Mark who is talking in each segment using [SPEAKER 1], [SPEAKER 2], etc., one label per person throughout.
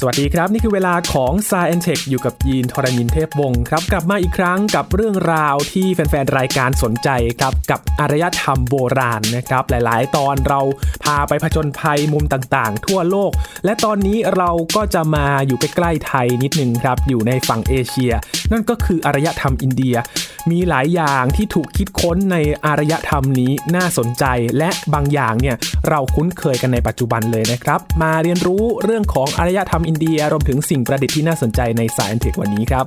[SPEAKER 1] สวัสดีครับนี่คือเวลาของ Science Tech อยู่กับยีนทรณินเทพวงศ์ครับกลับมาอีกครั้งกับเรื่องราวที่แฟนๆรายการสนใจครับกับอารยธรรมโบราณนะครับหลายๆตอนเราพาไปผจญภัยมุมต่างๆทั่วโลกและตอนนี้เราก็จะมาอยู่ใกล้ๆไทยนิดนึงครับอยู่ในฝั่งเอเชียนั่นก็คืออารยธรรมอินเดียมีหลายอย่างที่ถูกคิดค้นในอารยธรรมนี้น่าสนใจและบางอย่างเนี่ยเราคุ้นเคยกันในปัจจุบันเลยนะครับมาเรียนรู้เรื่องของอารยธรรมอินเดียรวมถึงสิ่งประดิษฐ์ที่น่าสนใจใน Science Tech วันนี้ครับ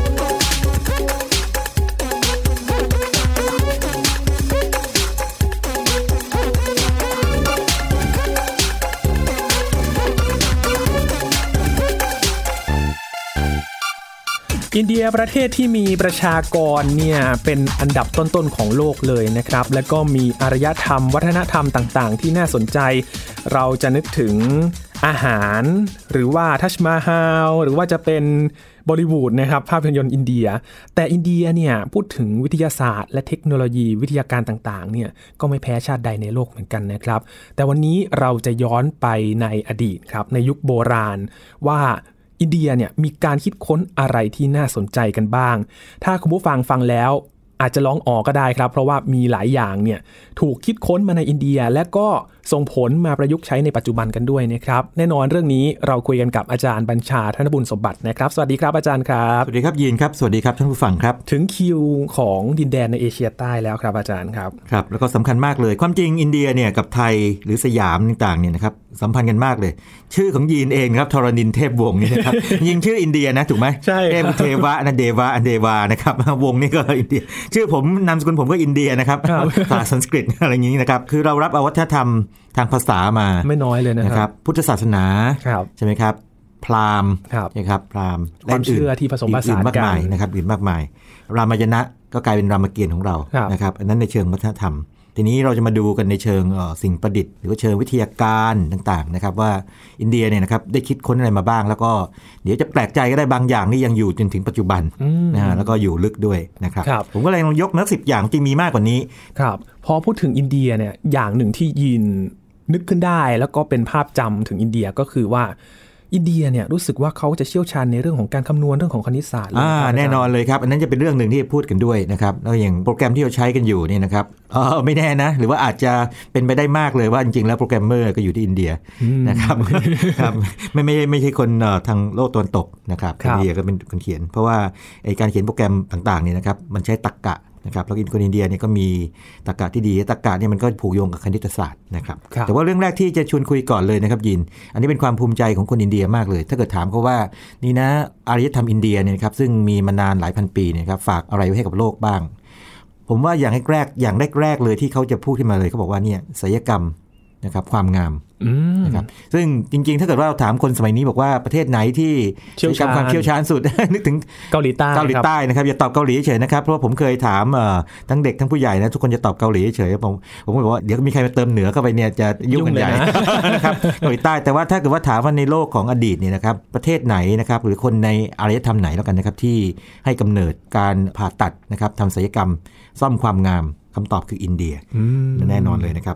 [SPEAKER 1] อินเดียประเทศที่มีประชากรเนี่ยเป็นอันดับต้นๆของโลกเลยนะครับและก็มีอารยธรรมวัฒนธรรมต่างๆที่น่าสนใจเราจะนึกถึงอาหารหรือว่าทัชมาฮาลหรือว่าจะเป็นบอลิวูดนะครับภาพยนตร์อินเดียแต่อินเดียเนี่ยพูดถึงวิทยาศาสตร์และเทคโนโลยีวิทยาการต่างๆเนี่ยก็ไม่แพ้ชาติใดในโลกเหมือนกันนะครับแต่วันนี้เราจะย้อนไปในอดีตครับในยุคโบราณว่าอินเดียเนี่ยมีการคิดค้นอะไรที่น่าสนใจกันบ้างถ้าคุณผู้ฟังฟังแล้วอาจจะร้องอ๋อก็ได้ครับเพราะว่ามีหลายอย่างเนี่ยถูกคิดค้นมาในอินเดียและก็ส่งผลมาประยุกต์ใช้ในปัจจุบันกันด้วยนะครับแน่นอนเรื่องนี้เราคุยกันกับอาจารย์บัญชาธนบุญสมบัตินะครับสวัสดีครับอาจารย์ครับ
[SPEAKER 2] สวัสดีครับยีนครับสวัสดีครับท่านผู้ฟังครับ
[SPEAKER 1] ถึงคิวของดินแดนในเอเชียใต้แล้วครับอาจารย์ครับ
[SPEAKER 2] ครับแล้วก็สำคัญมากเลยความจริงอินเดียเนี่ยกับไทยหรือสยามต่างๆเนี่ยนะครับสัมพันธ์กันมากเลยชื่อของยีนเองครับทรณินเทพวงศ์นี่นะครับยิงชื่ออินเดียนะถูกไหม
[SPEAKER 1] ใช่
[SPEAKER 2] เทวะนะเดวะอันเดวานะครับวงนี่ก็อินเดียชื่อผมนามสกุลผมก็อินเดียนะครับภาษาสันสกฤตอะไรอย่างนี้นะครับคือเรารับเอาวัฒนธรรมทางภาษามา
[SPEAKER 1] ไม่น้อยเลย
[SPEAKER 2] นะครับพุทธศาสนาใช่ไหมครับพราหมณ์นะครับพราหมณ์
[SPEAKER 1] ความเชื่อที่ผสมผสาน
[SPEAKER 2] กันนะครับอื่นมากมายรามายณะก็กลายเป็นรามเกียรติ์ของเรานะครับอันนั้นในเชิงวัฒนธรรมทีนี้เราจะมาดูกันในเชิงสิ่งประดิษฐ์หรือว่าเชิงวิทยาการต่างๆนะครับว่าอินเดียเนี่ยนะครับได้คิดค้นอะไรมาบ้างแล้วก็เดี๋ยวจะแปลกใจก็ได้บางอย่างนี่ยังอยู่จนถึงปัจจุบันนะแล้วก็อยู่ลึกด้วยนะครับผมก็เลยลองยกมา10อย่างจริงมีมากกว่านี้
[SPEAKER 1] ครับพอพูดถึงอินเดียเนี่ยอย่างหนึ่งที่ยินนึกขึ้นได้แล้วก็เป็นภาพจำถึงอินเดียก็คือว่าอินเดียเนี่ยรู้สึกว่าเขาจะเชี่ยวชาญในเรื่องของการคำนวณเรื่องของคณิตศาสตร์
[SPEAKER 2] แน่นอนเลยครับอันนั้นจะเป็นเรื่องหนึ่งที่พูดกันด้วยนะครับแล้วอย่างโปรแกรมที่เราใช้กันอยู่นี่นะครับไม่แน่นะหรือว่าอาจจะเป็นไปได้มากเลยว่าจริงๆแล้วโปรแกรมเมอร์ก็อยู่ที่อินเดียนะครับครับไม่ใช่คนทางโลกตะวันตกนะครับอินเดียก็เป็นคนเขียนเพราะว่าการเขียนโปรแกรมต่างๆเนี่ยนะครับมันใช้ตรรกะนะครับแล้วคนอินเดียเนี่ยก็มีตรรกะที่ดีตรรกะเนี่ยมันก็ผูกโยงกับคณิตศาสตร์นะครับแต่ว่าเรื่องแรกที่จะชวนคุยก่อนเลยนะครับยินอันนี้เป็นความภูมิใจของคนอินเดียมากเลยถ้าเกิดถามเขาว่านี่นะอารยธรรมอินเดียเนี่ยครับซึ่งมีมานานหลายพันปีเนี่ยครับฝากอะไรไว้ให้กับโลกบ้างผมว่าอย่างแรกเลยที่เขาจะพูดขึ้นมาเลยเขาบอกว่าเนี่ยศิลปกรรมนะครับความงามนะครับซึ่งจริงๆถ้าเกิดว่าเราถามคนสมัยนี้บอกว่าประเทศไหนที่ความเชี่ยวชาญสุด นึกถึง
[SPEAKER 1] เกาหลีใ
[SPEAKER 2] ต้นะครับอย่าตอบเกาหลีเฉยนะครับเพราะว่าผมเคยถามทั้งเด็กทั้งผู้ใหญ่นะทุกคนจะตอบเกาหลีเฉยผมบอกว่าเดี๋ยวมีใครมาเติมเหนือเข้าไปเนี่ยจะยุ่งกันใหญ่นะครับเกาหลีใต้แต่ว่าถ้าเกิดว่าถามว่าในโลกของอดีตเนี่ยนะครับประเทศไหนนะครับหรือคนในอารยธรรมไหนแล้วกันนะครับที่ให้กำเนิดการผ่าตัดนะครับทำศัลยกรรมซ่อมความงามคำตอบคืออินเดียแน่นอนเลยนะครับ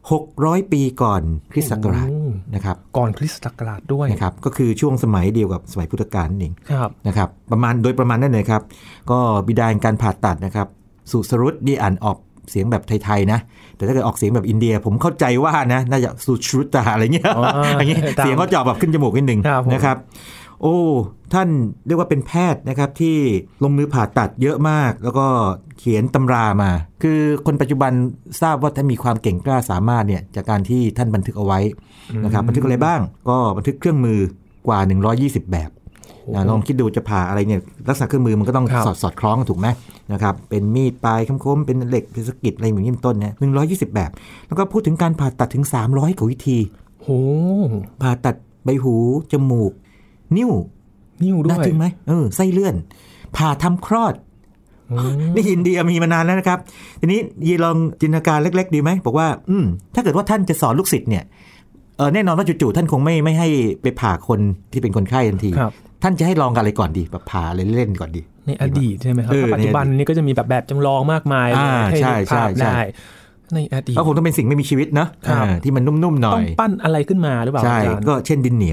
[SPEAKER 2] 600 ปีก่อนคริสต์ศักราชนะครับ
[SPEAKER 1] ก่อนคริสต์ศักราชด้วย
[SPEAKER 2] นะครับก็คือช่วงสมัยเดียวกับสมัยพุทธกาลนั่นเองนะครับโดยประมาณนั้นเลยครับก็บิดาแห่งการผ่าตัดนะครับสุสรุตนี่อ่านออกเสียงแบบไทยๆนะแต่ถ้าเกิดออกเสียงแบบอินเดียผมเข้าใจว่านะน่าจะสุชรุตอะไรเงี้ยอย่างนี้เสียงเขาเจาะแบบขึ้นจมูกนิดนึงนะครับโอ้ท่านเรียกว่าเป็นแพทย์นะครับที่ลงมือผ่าตัดเยอะมากแล้วก็เขียนตำรามาคือคนปัจจุบันทราบว่าท่านมีความเก่งกล้าสามารถเนี่ยจากการที่ท่านบันทึกเอาไว้นะครับบันทึกอะไรบ้างก็บันทึกเครื่องมือกว่า120แบบลองคิดดูจะผ่าอะไรเนี่ยลักษณะเครื่องมือมันก็ต้องสอดคล้องถูกไหมนะครับเป็นมีดปลายคมๆเป็นเหล็กเป็นสกิดอะไรอย่างนี้เป็นต้นเนี่ย120แบบแล้วก็พูดถึงการผ่าตัดถึง300กว่าวิธีผ่าตัดใบหูจมูกนิ้วด้วยน่าทึ่งไหมไส้เลื่อนผ่าทำคลอดนี่อินเดียมีมานานแล้วนะครับทีนี้ยีลองจินตนาการเล็กๆดีไหมบอกว่าถ้าเกิดว่าท่านจะสอนลูกศิษย์เนี่ยแน่นอนว่าจู่ๆท่านคงไม่ให้ไปผ่าคนที่เป็นคนไข้ทันทีท่านจะให้ลองกันอะไรก่อนดีแบบผ่าอะไรเล่นๆก่อนดี
[SPEAKER 1] ในอดีตใช่ไหมครับปัจจุบันนี้ก็จะมีแบบจำลองมากมายให้ภาพได้ในอดีต
[SPEAKER 2] ก็คงต้องเป็นสิ่งไม่มีชีวิตนะที่มันนุ่มๆหน่อย
[SPEAKER 1] ต้องปั้นอะไรขึ้นมาหรือเปล่า
[SPEAKER 2] ใช่ก็เช่นดินเหนียว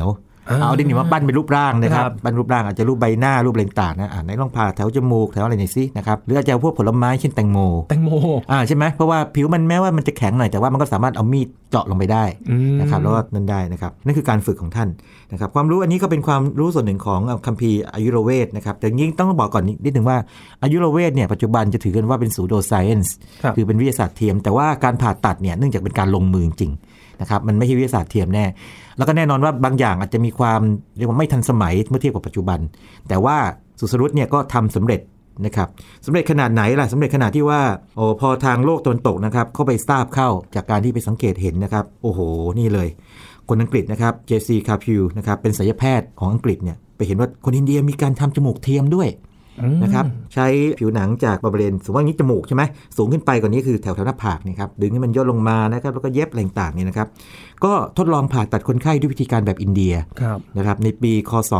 [SPEAKER 2] เอาดินเหนียวมาปั้นเป็นรูปร่างนะครับปั้นรูปร่างอาจจะรูปใบหน้ารูปอะไรต่างๆนะไหนลองผ่าแถวจมูกแถวอะไรหน่อยสินะครับหรืออาจจะพวกผลไม้เช่นแตงโมใช่ไหมเพราะว่าผิวมันแม้ว่ามันจะแข็งหน่อยแต่ว่ามันก็สามารถเอามีดเจาะลงไปได้นะครับแล้วก็นั่นได้นะครับนั่นคือการฝึกของท่านนะครับความรู้อันนี้ก็เป็นความรู้ส่วนหนึ่งของคัมภีร์อายุรเวทนะครับแต่ยิ่งต้องบอกก่อนนิดนึงว่าอายุรเวทเนี่ยปัจจุบันจะถือกันว่าเป็นซูโดไซเอนซ์คือเป็นวิทยาศาสตร์เทียมแต่ว่าการผ่าตัดเนี่ยเนื่องจากเป็นการลงมือจริงนะครับมันไม่ใช่วิทยาศาสตร์เทียมแน่แล้วก็แน่นอนว่าบางอย่างอาจจะมีความเรียกว่าไม่ทันสมัยเมื่อเทียบกับปัจจุบันแต่ว่าสุสรุตเนี่ยก็ทำสำเร็จนะครับสำเร็จขนาดไหนล่ะสำเร็จขนาดที่ว่าพอทางโลกตะวันตกนะครับเข้าไปทราบเข้าจากการที่ไปสังเกตเห็นนะครับโอ้โหนี่เลยคนอังกฤษนะครับเจซีคาพิวนะครับเป็นศัลยแพทย์ของอังกฤษเนี่ยไปเห็นว่าคนอินเดียมีการทำจมูกเทียมด้วยนะครับใช้ผิวหนังจากบริเวณสมมติว่านี้จมูกใช่ไหมสูงขึ้นไปกว่านี้คือแถวหน้าผากนี่ครับดึงให้มันย่นลงมานะครับแล้วก็เย็บอะไรต่างๆนี่นะครับก็ทดลองผ่าตัดคนไข้ด้วยวิธีการแบบอินเดียนะครับในปีคศ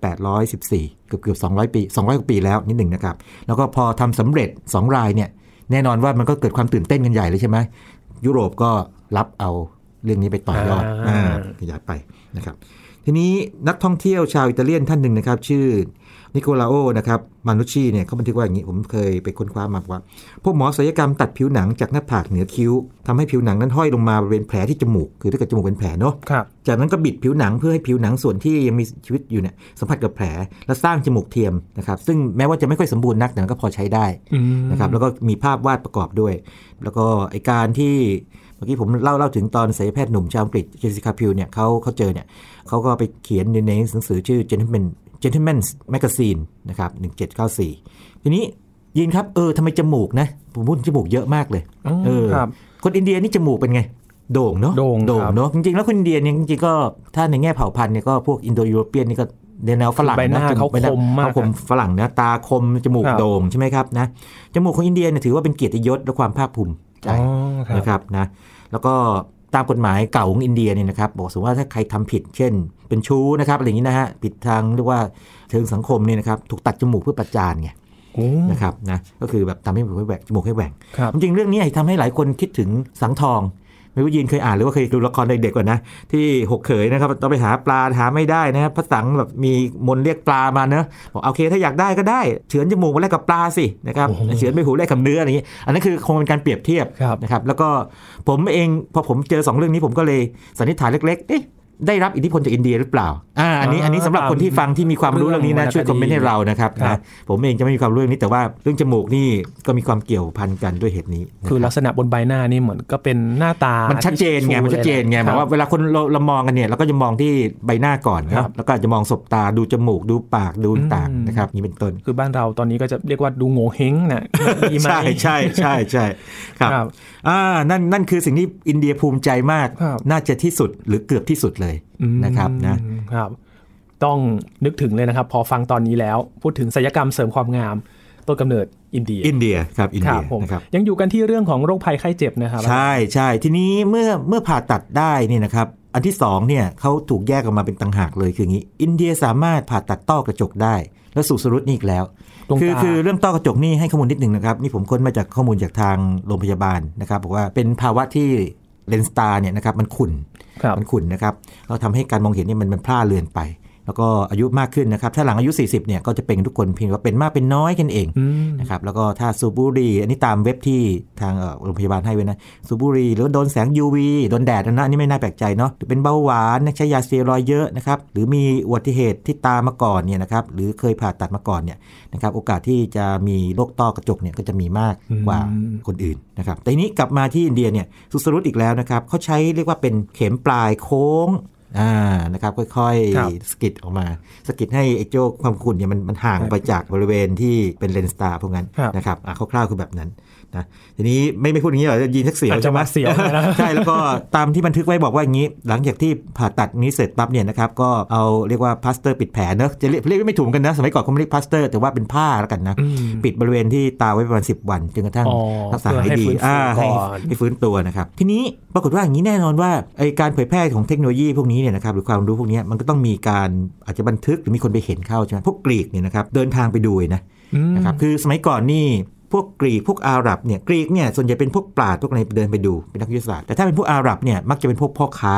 [SPEAKER 2] 1814เกือบ200 ปี200 กว่าปีแล้วนิดหนึ่งนะครับแล้วก็พอทำสำเร็จ2 รายเนี่ยแน่นอนว่ามันก็เกิดความตื่นเต้นกันใหญ่เลยใช่ไหมยุโรปก็รับเอาเรื่องนี้ไปต่อยอดขยายไปนะครับทีนี้นักท่องเที่ยวชาวอิตาเลียนท่านหนึ่งนะครับชื่อนิโคลาโอนะครับมานุชชีเนี่ยเขาบันทึกว่าอย่างนี้ผมเคยไปค้นคว้ามาว่าพวกหมอศัลยกรรมตัดผิวหนังจากหน้าผากเหนือคิ้วทำให้ผิวหนังนั้นห้อยลงมาบริเวณแผลที่จมูกคือถ้าเกิดจมูกเป็นแผลเนาะจากนั้นก็บิดผิวหนังเพื่อให้ผิวหนังส่วนที่ยังมีชีวิตอยู่เนี่ยสัมผัสกับแผลแล้วสร้างจมูกเทียมนะครับซึ่งแม้ว่าจะไม่ค่อยสมบูรณ์นักแต่ก็พอใช้ได้นะครับแล้วก็มีภาพวาดประกอบด้วยแล้วก็ไอการที่เมื่อกี้ผมเล่าถึงตอนศัลยแพทย์หนุ่มชาวอังกฤษเจสสิคาพิวเนี่ยเขาเจอเนี่ยเขาก็ไปเขียนในหนังสือชื่อ Gentleman's Magazine นะครับ1794ทีนี้ยินครับทำไมจมูกนะผมพูดจมูกเยอะมากเลยคนอินเดียนี่จมูกเป็นไงโด่งเนาะโด่งเนาะจริงๆแล้วคนอินเดียเนี่ยจริงๆก็ถ้าในแง่เผ่าพันธุ์เนี่ยก็พวกอินโดยุโรเปียนนี่ก็แนวฝรั่งนะ
[SPEAKER 1] เขาคมมาก
[SPEAKER 2] เขาคมฝรั่งนะตาคมจมูกโด่งใช่ไหมครับนะจมูกของอินเดียเนี่ยถือว่าเป็นเกียรติยศและความภาคภูมิใจนะครับนะแล้วก็ตามกฎหมายเก่าของอินเดียเนี่ยนะครับบอกสมมติว่าถ้าใครทำผิดเช่นเป็นชู้นะครับอะไรอย่างนี้นะฮะผิดทางเรียกว่าเชิงสังคมเนี่ยนะครับถูกตัดจมูกเพื่อประจานไงนะครับนะก็คือแบบทำให้จมูกให้แหว่งจริงๆเรื่องนี้ทำให้หลายคนคิดถึงสังทองไม่รู้ยินเคยอ่านหรือว่าเคยดูละครเด็กๆก่อนนะที่หกเขยนะครับต้องไปหาปลาหาไม่ได้นะครับพระสังแบบมีมนต์เรียกปลามาเนอะบอกโอเคถ้าอยากได้ก็ได้เฉือนจมูกมาแลกกับปลาสินะครับเฉือนใบหูแลกกับเนื้ออะไรอย่างนี้อันนั้นคือคงเป็นการเปรียบเทียบนะครับแล้วก็ผมเองพอผมเจอ2เรื่องนี้ผมก็เลยสันนิษฐานเล็กๆได้รับอิทธิพลจากอินเดียหรือเปล่าอันนี้สำหรับคนที่ฟังที่มีความรู้เรื่องนี้นะช่วยคอมเมนต์ให้เรานะครับนะผมเองจะไม่มีความรู้เรื่องนี้แต่ว่าเรื่องจมูกนี่ก็มีความเกี่ยวพันกันด้วยเหตุนี้
[SPEAKER 1] คือลักษณะบนใบหน้านี่เหมือนก็เป็นหน้าตา
[SPEAKER 2] มันชัดเจนไงแบบว่าเวลาคนเรามองกันเนี่ยเราก็จะมองที่ใบหน้าก่อนครับแล้วก็จะมองศบตาดูจมูกดูปากดูต่างนะครับนี่เป็นต้น
[SPEAKER 1] คือบ้านเราตอนนี้ก็จะเรียกว่าดูโง่เฮงนะ
[SPEAKER 2] ใช่ครับนั่นคือสิ่งที่อินเดียภูมิใจมากน่าจะที่สุดหรือเกือบที่สุดเลยนะครับ
[SPEAKER 1] นะครับต้องนึกถึงเลยนะครับพอฟังตอนนี้แล้วพูดถึงศัลยกรรมเสริมความงามต้นกำเนิดอินเดีย
[SPEAKER 2] ครับอินเดีย
[SPEAKER 1] นะครับยังอยู่กันที่เรื่องของโรคภัยไข้เจ็บนะครับ
[SPEAKER 2] ใช่ทีนี้เมื่อผ่าตัดได้นี่นะครับอันที่2เนี่ยเขาถูกแยกออกมาเป็นต่างหากเลยคืออย่างนี้อินเดียสามารถผ่าตัดต้อกระจกได้แล้วสุสรุตนี่อีกแล้วคือเรื่องต้อกระจกนี่ให้ข้อมูลนิดนึงนะครับนี่ผมค้นมาจากข้อมูลจากทางโรงพยาบาลนะครับบอกว่าเป็นภาวะที่เลนส์ตาเนี่ยนะครับมันขุ่นนะครับเราทำให้การมองเห็นนี่มันพร่าเลือนไปแล้วก็อายุมากขึ้นนะครับถ้าหลังอายุ40เนี่ยก็จะเป็นทุกคนเพียงว่าเป็นมากเป็นน้อยกันเองนะครับแล้วก็ถ้าสูบบุหรี่อันนี้ตามเว็บที่ทางโรงพยาบาลให้ไว้นะสูบบุหรี่หรือโดนแสง UV โดนแดดนะนี่ไม่น่าแปลกใจเนาะหรือเป็นเบาหวานใช้ยาสเตียรอยด์เยอะนะครับหรือมีอุบัติเหตุที่ตามาก่อนเนี่ยนะครับหรือเคยผ่าตัดมาก่อนเนี่ยนะครับโอกาสที่จะมีโรคต้อกระจกเนี่ยก็จะมีมากกว่าคนอื่นนะครับแต่ทีนี้กลับมาที่อินเดียเนี่ยสุสรุตอีกแล้วนะครับเขาใช้เรียกว่าเป็นเข็มปลายโค้งนะครับค่อยๆสกิดออกมาสกิดให้ไอ้โจ้ความขุ่นเนี่ยมันห่างไปจากบริเวณที่เป็นเลนส์ตาพวกนั้นนะครับคร่าวๆคือแบบนั้นนะทีนี้ไม่พูดอย่างนี้หรอกจะยินทักเสียวใช่ไหม
[SPEAKER 1] เสียว
[SPEAKER 2] ใช่แล้วก็ตามที่บันทึกไว้บอกว่าอย่างนี้หลังจากที่ผ่าตัดนี้เสร็จปั๊บเนี่ยนะครับก็เอาเรียกว่าพลาสเตอร์ปิดแผลเนอะจะเรียกไม่ถูกกันนะสมัยก่อนเขาไม่เรียกพลาสเตอร์แต่ว่าเป็นผ้าแล้วกันนะปิดบริเวณที่ตาไว้ประมาณ10 วันจนกระทั่งรักษาให้ดีให้ฟื้นตัวนะครับทีนี้ปรากฏว่าอย่างนี้แน่นอนว่าไอการเผยแพร่ของเทคโนโลยีพวกนี้เนี่ยนะครับหรือความรู้พวกนี้มันก็ต้องมีการอาจจะบันทึกหรือมีคนไปเห็นเข้าใช่ไหมพวกกรีกเนี่ยนะครับเดินทางไปดูนะครับคือสมัยก่อนนี่พวกกรีกพวกอาหรับเนี่ยกรีกเนี่ยส่วนใหญ่เป็นพวกปราชญ์พวกอะไรเดินไปดูเป็นนักวิทยาศาสตร์แต่ถ้าเป็นพวกอาหรับเนี่ยมักจะเป็นพวกพ่อค้า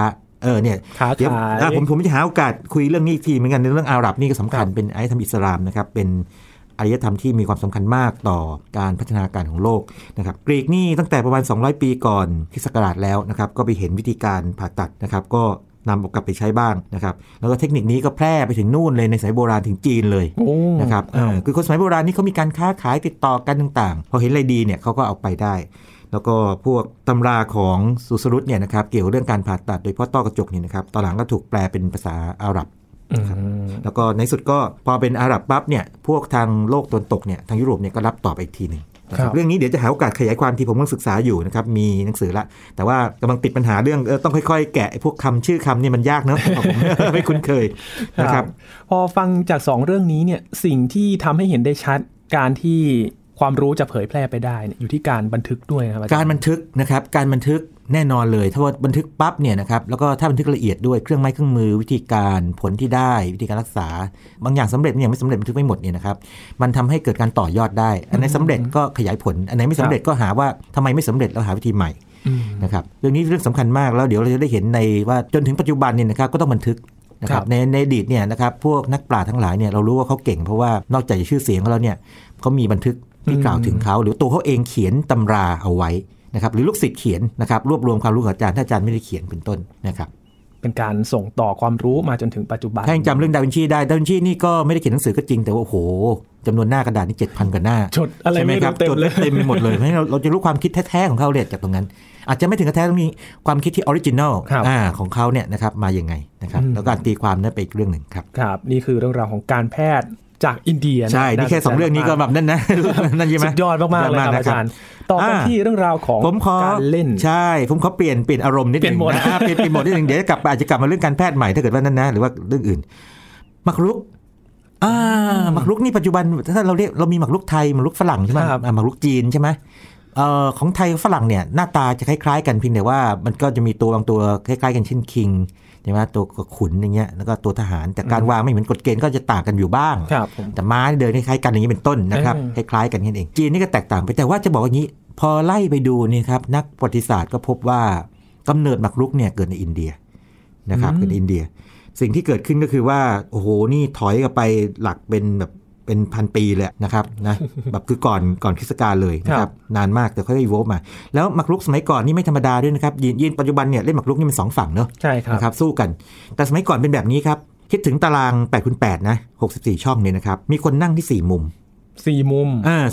[SPEAKER 2] เนี่ยเดี๋ยวผมจะหาโอกาสคุยเรื่องนี้ทีเหมือนกันในเรื่องอาหรับนี่ก็สำคัญเป็นอารยธรรมอิสลามนะครับเป็นอารยธรรมที่มีความสำคัญมากต่อการพัฒนาการของโลกนะครับกรีกนี่ตั้งแต่ประมาณ200ปีก่อนคริสต์ศักราชแล้วนะครับก็ไปเห็นวิธีการผ่าตัดนะครับก็นำเอากลับไปใช้บ้างนะครับแล้วก็เทคนิคนี้ก็แพร่ไปถึงนู่นเลยในสมัยโบราณถึงจีนเลยนะครับคือคนสมัยโบราณนี่เขามีการค้าขายติดต่อกันต่างๆพอเห็นอะไรดีเนี่ยเขาก็เอาไปได้แล้วก็พวกตำราของซูสรุตเนี่ยนะครับเกี่ยวกับเรื่องการผ่าตัดโดยเฉพาะต้อกระจกเนี่ยนะครับตอนหลังก็ถูกแปลเป็นภาษาอาหรับแล้วก็ในสุดก็พอเป็นอาหรับปั๊บเนี่ยพวกทางโลกตะวันตกเนี่ยทางยุโรปเนี่ยก็รับต่อไปอีกทีนึงเรื่องนี้เดี๋ยวจะหาโอกาสขยายความที่ผมกำลังศึกษาอยู่นะครับมีหนังสือละแต่ว่ากำลังติดปัญหาเรื่องต้องค่อยๆแกะพวกคำชื่อคำนี่มันยากเนอะผมไม่คุ้นเคยนะครับ
[SPEAKER 1] พอฟังจาก2เรื่องนี้เนี่ยสิ่งที่ทำให้เห็นได้ชัดการที่ความรู้จะเผยแพร่ไปได้อยู่ที่การบันทึกด้วยนะครับ
[SPEAKER 2] การบันทึกนะครับการบันทึกแน่นอนเลยถ้าว่าบันทึกปั๊บเนี่ยนะครับแล้วก็ถ้าบันทึกละเอียดด้วยเครื่องไม้เครื่องมือวิธีการผลที่ได้วิธีการรักษาบางอย่างสำเร็จอย่างไม่สำเร็จบันทึกไม่หมดเนี่ยนะครับมันทำให้เกิดการต่อยอดได้อันไหนสำเร็จก็ขยายผลอันไหนไม่สำเร็จก็หาว่าทำไมไม่สำเร็จแล้วหาวิธีใหม่นะครับเรื่องนี้เรื่องสำคัญมากแล้วเดี๋ยวเราจะได้เห็นในว่าจนถึงปัจจุบันเนี่ยนะครับก็ต้องบันทึกนะครับในอดีตเนี่ยนะครับพวกนักปราชญ์ทั้งหลายเนี่ยเรารู้ว่าเขาเก่งเพราะว่านอกจากชื่อเสียงเขาแล้วเนี่ยเขามีบันทึกที่กล่าวถึงเขาหรือตัวเขาเองเขียนตำราเอาไว้นะครับหรือลูกศิษย์เขียนนะครับรวบรวมความรู้ของอาจารย์ถ้าอาจารย์ไม่ได้เขียนเป็นต้นนะครับ
[SPEAKER 1] เป็นการส่งต่อความรู้มาจนถึงปัจจุบัน
[SPEAKER 2] ถ้ายังจำเรื่องดาวินชีได้ดาวินชีนี่ก็ไม่ได้เขียนหนังสือก็จริงแต่ว่าโอ้โหจำนวนหน้ากระดาษนี่ 7,000 กว่าหน้า
[SPEAKER 1] จดอะไรไม่รู้
[SPEAKER 2] เต็มเลยเต็มไปหมดเลยเพราะฉะนั้นเราจะรู้ความคิดแท้ๆของเขาเลยจากตรงนั้นอาจจะไม่ถึงกับแท้ต้องมีความคิดที่ออริจินัลของเขาเนี่ยนะครับมาอย่างไงนะครับแล้วการตีความนั้นไปอีกเรื่องหนึ่งครับ
[SPEAKER 1] ครับนี่คือเรื่องราวของการแพทย์จากอินเดีย
[SPEAKER 2] ใช่นี่แค่2เรื่องนี้ก็แบบนั่นนะนั่นใช่ไหม
[SPEAKER 1] สุดยอดมากๆเลยครับอาจารย์ต่อกันที่เรื่องราวของการเล่น
[SPEAKER 2] ใช่ผมขอเปลี่ยนอารมณ์นิดนึงนะเปลี่ยนโหมดนิดนึงเดี๋ยวอาจจะกลับมาเรื่องการแพทย์ใหม่ถ้าเกิดว่านั่นนะหรือว่าเรื่องอื่นหมากรุกหมากรุกนี่ปัจจุบันถ้าเรามีหมากรุกไทยหมากรุกฝรั่งใช่ไหมหมากรุกจีนใช่ไหมของไทยฝรั่งเนี่ยหน้าตาจะคล้ายๆกันเพียงแต่ว่ามันก็จะมีตัวบางตัวคล้ายๆกันเช่นคิงใช่ไหมตัวขุนอย่างเงี้ยแล้วก็ตัวทหารแต่การวางไม่เหมือนกฎเกณฑ์ก็จะต่างกันอยู่บ้างแต่ม้าเดินคล้ายๆกันอย่างนี้เป็นต้นนะครับคล้ายๆกันนี่เองจีนนี่ก็แตกต่างไปแต่ว่าจะบอกว่างี้พอไล่ไปดูนี่ครับนักประวัติศาสตร์ก็พบว่ากำเนิดหมากรุกเนี่ยเกิดในอินเดียนะครับเกิดในอินเดียสิ่งที่เกิดขึ้นก็คือว่าโอ้โหนี่ถอยกันไปหลักเป็นพันปีเลยนะครับนะแบบคือก่อนคริสต์กาลเลยนะครับนานมากแต่ค่อยๆอีโวฟมาแล้วหมากรุกสมัยก่อนนี่ไม่ธรรมดาด้วยนะครับยีนปัจจุบันเนี่ยเล่นหมากรุกนี่มัน2ฝั่งเนอะ
[SPEAKER 1] ใช่ครับ
[SPEAKER 2] นะครับสู้กันแต่สมัยก่อนเป็นแบบนี้ครับคิดถึงตาราง 8x8 นะ64ช่องเนี่ยนะครับมีคนนั่งที่4มุม
[SPEAKER 1] 4มุม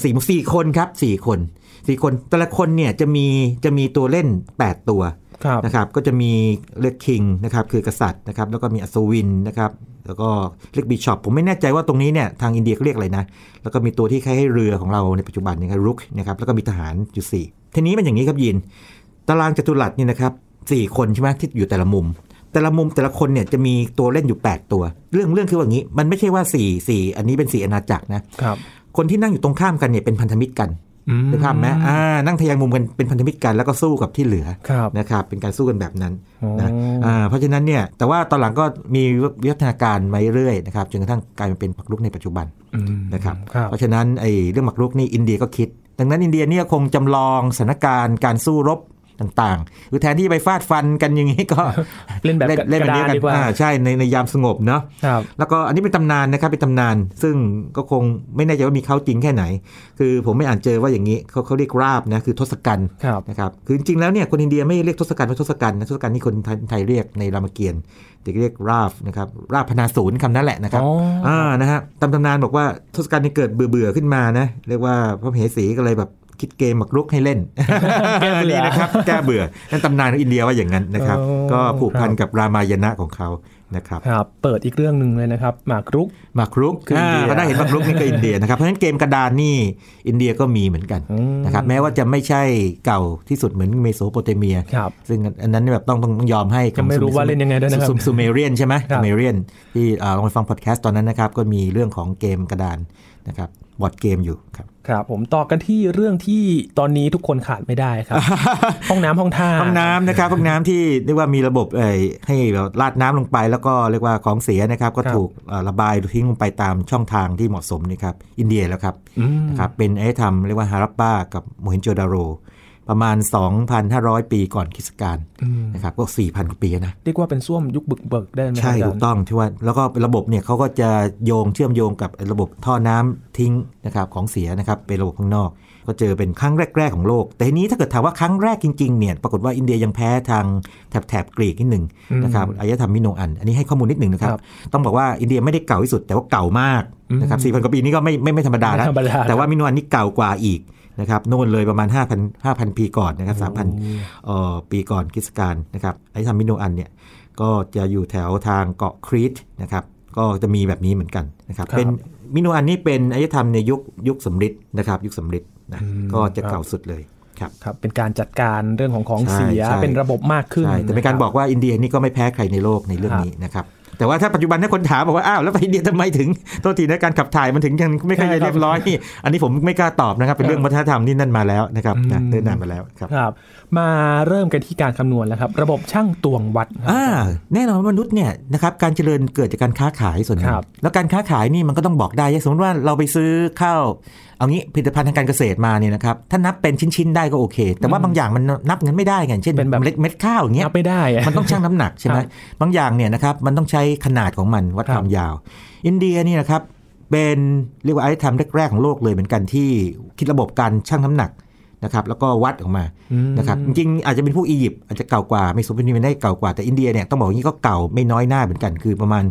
[SPEAKER 2] 4คนครับ4คนแต่ละคนเนี่ยจะมีตัวเล่น8ตัวนะครับก็จะมีเรียกคิงนะครับคือกษัตริย์นะครับแล้วก็มีอัศวินนะครับแล้วก็เรียกบิชอปผมไม่แน่ใจว่าตรงนี้เนี่ยทางอินเดียเขาเรียกอะไรนะแล้วก็มีตัวที่คล้ายๆเรือของเราในปัจจุบันนี่ครับรุกนะครับแล้วก็มีทหารอยู่4ทีนี้มันอย่างนี้ครับยินตารางจัตุรัสนี่นะครับ4คนใช่ไหมที่อยู่แต่ละมุมแต่ละคนเนี่ยจะมีตัวเล่นอยู่8ตัวเรื่องคืออย่างนี้มันไม่ใช่ว่า4อันนี้เป็น4อาณาจักรนะครับคนที่นั่งอยู่ตรงข้ามกันเนี่ยเป็นพันธมิตรกันได้ภาพไหมนั่งทะแยงมุมกันเป็นพันธมิตรกันแล้วก็สู้กับที่เหลือนะครับเป็นการสู้กันแบบนั้นนะเพราะฉะนั้นเนี่ยแต่ว่าตอนหลังก็มีวิวัฒนาการมาเรื่อยนะครับจนกระทั่งกลายมาเป็นหมากรุกในปัจจุบันนะครับเพราะฉะนั้นเรื่องหมากรุกนี่อินเดียก็คิดดังนั้นอินเดียเนี่ยคงจำลองสถานการณ์การสู้รบต่างๆคือแทนที่จะไปฟาดฟันกันอย่างนี้ก็
[SPEAKER 1] เล่นแบบกระดานดีกว่า
[SPEAKER 2] ใช่ในยามสงบเนาะแล้วก็อันนี้เป็นตำนานนะครับเป็นตำนานซึ่งก็คงไม่แน่ใจว่ามีเขาจริงแค่ไหนคือผมไม่อ่านเจอว่าอย่างนี้เขาเรียกราบนะคือทศกัณฐ์นะครับคือจริงๆแล้วเนี่ยคนอินเดียไม่เรียกทศกัณฐ์ว่าทศกัณฐ์นะทศกัณฐ์นี่คนไทยเรียกในรามเกียรติ์เรียกราบนะครับราบพนาศูนย์คำนั้นแหละนะครับนะฮะตำนานบอกว่าทศกัณฐ์นี่เกิดเบื่อขึ้นมานะเรียกว่าพระมเหสีก็เลยแบบคิดเกมหมากรุกให้เล่นนี่นะครับแก้เบื่อนั่นตำนานของอินเดียว่าอย่างนั้นนะครับก็ผูกพันกับรามายณะของเขานะครับ
[SPEAKER 1] ครับเปิดอีกเรื่องนึงเลยนะครับหมากรุก
[SPEAKER 2] ก็ได้เห็นหมากรุกนี่ก็อินเดียนะครับเพราะฉะนั้นเกมกระดานนี่อินเดียก็มีเหมือนกันนะครับแม้ว่าจะไม่ใช่เก่าที่สุดเหมือนเมโสโปเตเมียซึ่งอันนั้นแบบต้องยอมให้
[SPEAKER 1] ไม่รู้ว่าเล่นยังไงด้วยนะครับ
[SPEAKER 2] ซูเมเรียนใช่ไหมซูเมเรียนที่ลองไปฟังพอดแคสต์ตอนนั้นนะครับก็มีเรื่องของเกมกระดานนะครับบอร์ดเกมอยู่ครับ
[SPEAKER 1] ครับผมต่อกันที่เรื่องที่ตอนนี้ทุกคนขาดไม่ได้ครับ ห้องน้ำ
[SPEAKER 2] นะครับห้องน้ำที่เรียกว่ามีระบบให้ราดน้ำลงไปแล้วก็เรียกว่าของเสียนะครับก็ถูกระบายทิ้งลงไปตามช่องทางที่เหมาะสมนี่ครับอินเดียแล้วครับนะครับเป็นไอ้ทำเรียกว่าฮารัปปากับโมเฮนโจดาโรประมาณ 2,500 ปีก่อนคริสตกาลนะครับก็ 4,000 กว่าปีนะ
[SPEAKER 1] เรียกว่าเป็นส้วมยุคบุกเบิกได้ไหม
[SPEAKER 2] ใช่ถูกต้องที่ว่าแล้วก็ระบบเนี่ยเขาก็จะเชื่อมโยงกับระบบท่อน้ำทิ้งนะครับของเสียนะครับเป็นระบบข้างนอกก็เจอเป็นครั้งแรกๆของโลกแต่ทีนี้ถ้าเกิดถามว่าครั้งแรกจริงๆเนี่ยปรากฏว่าอินเดียยังแพ้ทางแถบกรีกนิดหนึ่งนะครับอารยธรรมมิโนอันนี้ให้ข้อมูลนิดหนึ่งนะครับต้องบอกว่าอินเดียไม่ได้เก่าที่สุดแต่ว่าเก่ามากนะครับ 4,000 กว่าปีนี้ก็ไม่ธรรมดาแล้วแต่ว่ามิโนอันนี่เก่ากว่าอีกนะครับโน่นเลยประมาณ 5,000 ปีก่อนนะครับ 3,000 ปีก่อนคริสตกาลนะครับอารยธรรมมิโนอันเนี่ยก็จะอยู่แถวทางเกาะครีตนะครับก็จะมีแบบนี้เหมือนกันนะครับเป็นมิโนอันนี่เป็นอารยธรรมในยุคสำริดนะครับยุคสำริดนะก็จะเก่าสุดเลย
[SPEAKER 1] ครับเป็นการจัดการเรื่องของเสียเป็นระบบมากขึ้น
[SPEAKER 2] แต่เป็นการบอกว่าอินเดียนี่ก็ไม่แพ้ใครในโลกในเรื่องนี้นะครับแต่ว่าถ้าปัจจุบันถ้าคนถามบอกว่าอ้าวแล้วอินเดียทำไมถึงโทษทีนะการขับถ่ายมันถึงยังไม่ค่อยเรียบร้อยนี่อันนี้ผมไม่กล้าตอบนะครับเป็นเรื่องวัฒนธรรมนี่นั่นมาแล้วนะครับเดินนานมาแล้ว
[SPEAKER 1] ครับมาเริ่มกันที่การคำนวณแล้วครับระบบช่างตวงวัด
[SPEAKER 2] แน่นอนมนุษย์เนี่ยนะครับการเจริญเกิดจากการค้าขายส่วนนึงแล้วการค้าขายนี่มันก็ต้องบอกได้สมมติว่าเราไปซื้อข้าวเอางี้ผลิตภัณฑ์ทางการเกษตรมาเนี่ยนะครับถ้านับเป็นชิ้นๆได้ก็โอเคแต่ว่าบางอย่างมันนับเงินไม่ได้ไงเช่นเป็นแบบเม็ดข้าวอย่างเงี้ย
[SPEAKER 1] นับไม่ได้
[SPEAKER 2] มันต้องชั่งน้ำหนักใช่ไหมบางอย่างเนี่ยนะครับมันต้องใช้ขนาดของมันวัดความยาวอินเดียนี่นะครับเป็นเรียกว่าอารยธรรมแรกๆของโลกเลยเหมือนกันที่คิดระบบการชั่งน้ำหนักนะครับแล้วก็วัดออกมานะครับจริงๆอาจจะเป็นพวกอียิปต์อาจจะเก่ากว่าไม่สมบูรณ์ได้เก่ากว่าแต่อินเดียเนี่ยต้องบอกอย่างนี้ก็เก่าไม่น้อยหน้าเหมือนกันคือประมาณ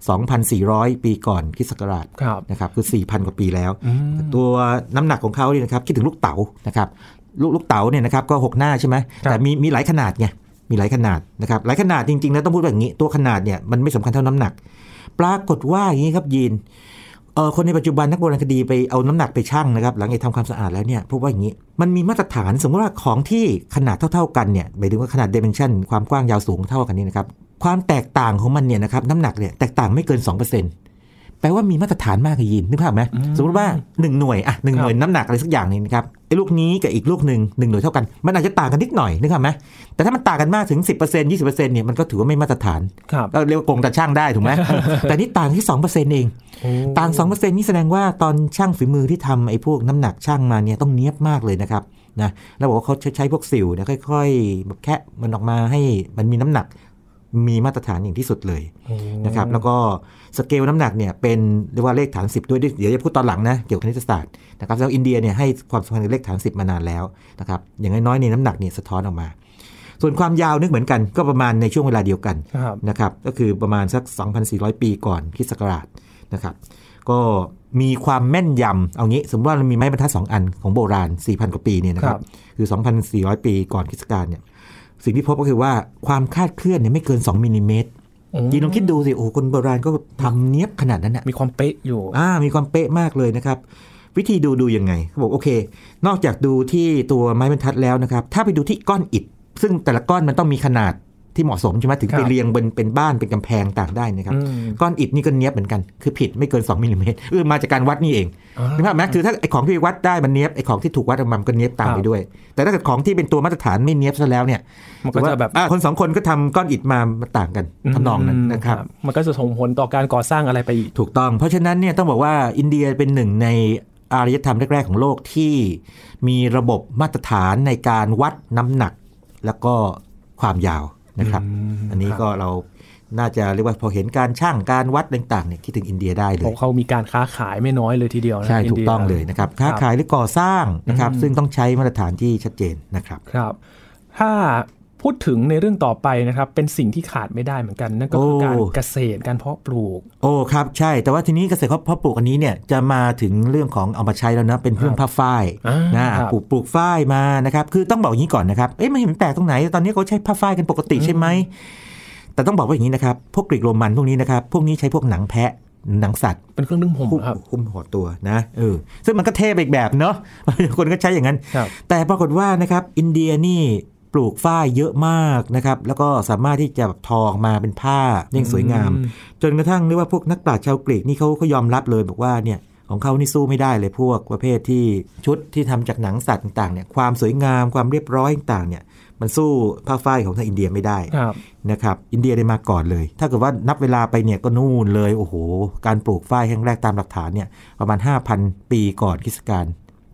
[SPEAKER 2] 2,400 ปีก่อนคริสตศักราชนะครับคือ 4,000 กว่าปีแล้วตัวน้ำหนักของเขาเนี่ยนะครับคิดถึงลูกเต๋านะครับลูกเต๋าเนี่ยนะครับก็6หน้าใช่ไหมแต่มีหลายขนาดไงมีหลายขนาดนะครับหลายขนาดจริงๆแล้วต้องพูดแบบนี้ตัวขนาดเนี่ยมันไม่สำคัญเท่าน้ำหนักปรากฏว่าอย่างนี้ครับยีนคนในปัจจุบันนักโบราณคดีไปเอาน้ำหนักไปชั่งนะครับหลังจากทำความสะอาดแล้วเนี่ยพบว่าอย่างนี้มันมีมาตรฐานสมมติว่าของที่ขนาดเท่าๆกันเนี่ยหมายถึงว่าขนาด dimension ความกว้างยาวสูงเท่ากันนี้นะครับความแตกต่างของมันเนี่ยนะครับน้ำหนักเนี่ยแตกต่างไม่เกิน 2% แปลว่ามีมาตรฐานมากยินนึกภาพไหมสมมติว่า1หน่วย1หน่วยน้ำหนักอะไรสักอย่างนึงนะครับไอ้ลูกนี้กับอีกลูกนึง1หน่วยเท่ากันมันอาจจะต่างกันนิดหน่อยนึกภาพไหมแต่ถ้ามันต่างกันมากถึง 10% 20% เนี่ยมันก็ถือว่าไม่มาตรฐานก็เรียกว่าโกงแต่ช่างได้ถูกไหม แต่นี่ต่างที่ 2% เองต่าง 2% นี่แสดงว่าตอนช่างฝีมือที่ทำไอ้พวกน้ำหนักช่างมาเนี่ยต้องเนียบมากเลยนะครับนะแล้วบอกว่าเขาใช้พวกสิวเนี่ยค่อยๆแบบแค่มันออกมาให้มันมีน้ำหนักมีมาตรฐานอย่างที่สุดเลยนะครับแล้วก็สเกลน้ำหนักเนี่ยเป็นเรียกว่าเลขฐาน10ด้วยเดี๋ยวจะพูดตอนหลังนะเกี่ยวกับคณิตศาสตร์นะครับแล้วอินเดียเนี่ยให้ความสำคัญกับเลขฐาน10มานานแล้วนะครับอย่างน้อยๆในน้ำหนักเนี่ยสะท้อนออกมาส่วนความยาวนึกเหมือนกันก็ประมาณในช่วงเวลาเดียวกันนะครับก็คือประมาณสัก 2,400 ปีก่อนคริสตศักราชนะครับก็มีความแม่นยำเอางี้สมมติว่าเรามีไม้บรรทัด2อันของโบราณ 4,000 กว่าปีเนี่ยนะครับคือ 2,400 ปีก่อนคริสตกาลเนี่ยสิ่งที่พบก็คือว่าความคลาดเคลื่อนเนี่ยไม่เกิน2มิลลิเมตรยีนลองคิดดูสิโอ้คนโบราณก็ทำเนียบขนาดนั้นน่ะ
[SPEAKER 1] มีความเป๊ะอยู่
[SPEAKER 2] มีความเป๊ะมากเลยนะครับวิธีดูยังไงเขาบอกโอเคนอกจากดูที่ตัวไม้บรรทัดแล้วนะครับถ้าไปดูที่ก้อนอิฐซึ่งแต่ละก้อนมันต้องมีขนาดที่เหมาะสมใช่ไหมถึงไปเรียงเป็นบ้านเป็นกำแพงต่างได้นะครับก้อนอิฐนี่ก็เนียบเหมือนกันคือผิดไม่เกิน2มิลลิเมตรมาจากการวัดนี่เองนึกภาพไหมคือถ้าไอ้ของที่วัดได้มันเนียบไอ้ของที่ถูกวัดออกมาก็เนียบตามไปด้วยแต่ถ้าเกิดของที่เป็นตัวมาตรฐานไม่เนียบซะแล้วเนี่ย
[SPEAKER 1] มันก็จะแบบ
[SPEAKER 2] คน2คนก็ทำก้อนอิฐมาต่างกันทำนองนั้นนะครับ
[SPEAKER 1] มันก็จะส่งผลต่อการก่อสร้างอะไรไปอีก
[SPEAKER 2] ถูกต้องเพราะฉะนั้นเนี่ยต้องบอกว่าอินเดียเป็นหนึ่งในอารยธรรมแรกๆของโลกที่มีระบบมาตรฐานในการวัดน้ำหนักแล้วก็ความยาวนะครับอันนี้ก็เราน่าจะเรียกว่าพอเห็นการช่างการวัดต่างๆเนี่ยคิดถึงอินเดียได้เลย
[SPEAKER 1] เพราะเขามีการค้าขายไม่น้อยเลยทีเดียว
[SPEAKER 2] ใช่ถูกต้องเลยนะครับค้าขายหรือก่อสร้างนะครับซึ่งต้องใช้มาตรฐานที่ชัดเจนนะครับ
[SPEAKER 1] ครับถ้าพูดถึงในเรื่องต่อไปนะครับเป็นสิ่งที่ขาดไม่ได้เหมือนกันนั่นก็คือการเกษตรการเพาะปลูก
[SPEAKER 2] ครับใช่แต่ว่าทีนี้เกษตรเพาะปลูกอันนี้เนี่ยจะมาถึงเรื่องของเอามาใช้แล้วนะเป็นเรื่องผ้าฝ้ายนะปลูกฝ้ายมานะครับคือต้องบอกอย่างนี้ก่อนนะครับไม่เห็นแปลกตรงไหนตอนนี้เขาใช้ผ้าฝ้ายกันปกติใช่ไหมแต่ต้องบอกว่าอย่างนี้นะครับพวกกรีกโรมันพวกนี้นะครับพวกนี้ใช้พวกหนังแพะหนังสัตว์
[SPEAKER 1] เป็นเครื่องนึ่งผมครับ
[SPEAKER 2] หุ้มห่อตัวนะซึ่งมันก็เท่ไปอีกแบบเนาะคนก็ใช้อย่างนั้นแต่ปรากฏว่านะครับอินเดียนี่ปลูกฝ้ายเยอะมากนะครับแล้วก็สามารถที่จะทอออกมาเป็นผ้าอย่างสวยงามจนกระทั่งเรียกว่าพวกนักปราชญ์ชาวกรีกนี่เขายอมรับเลยบอกว่าเนี่ยของเขานี่สู้ไม่ได้เลยพวกประเภทที่ชุดที่ทำจากหนังสัตว์ต่างๆเนี่ยความสวยงามความเรียบร้อยต่างๆเนี่ยมันสู้ผ้าฝ้ายของทางอินเดียไม่ได้นะครับอินเดียได้มาก่อนเลยถ้าเกิดว่านับเวลาไปเนี่ยก็นู่นเลยโอ้โหการปลูกฝ้ายครั้งแรกตามหลักฐานเนี่ยประมาณ 5,000 ปีก่อนคริสตกาล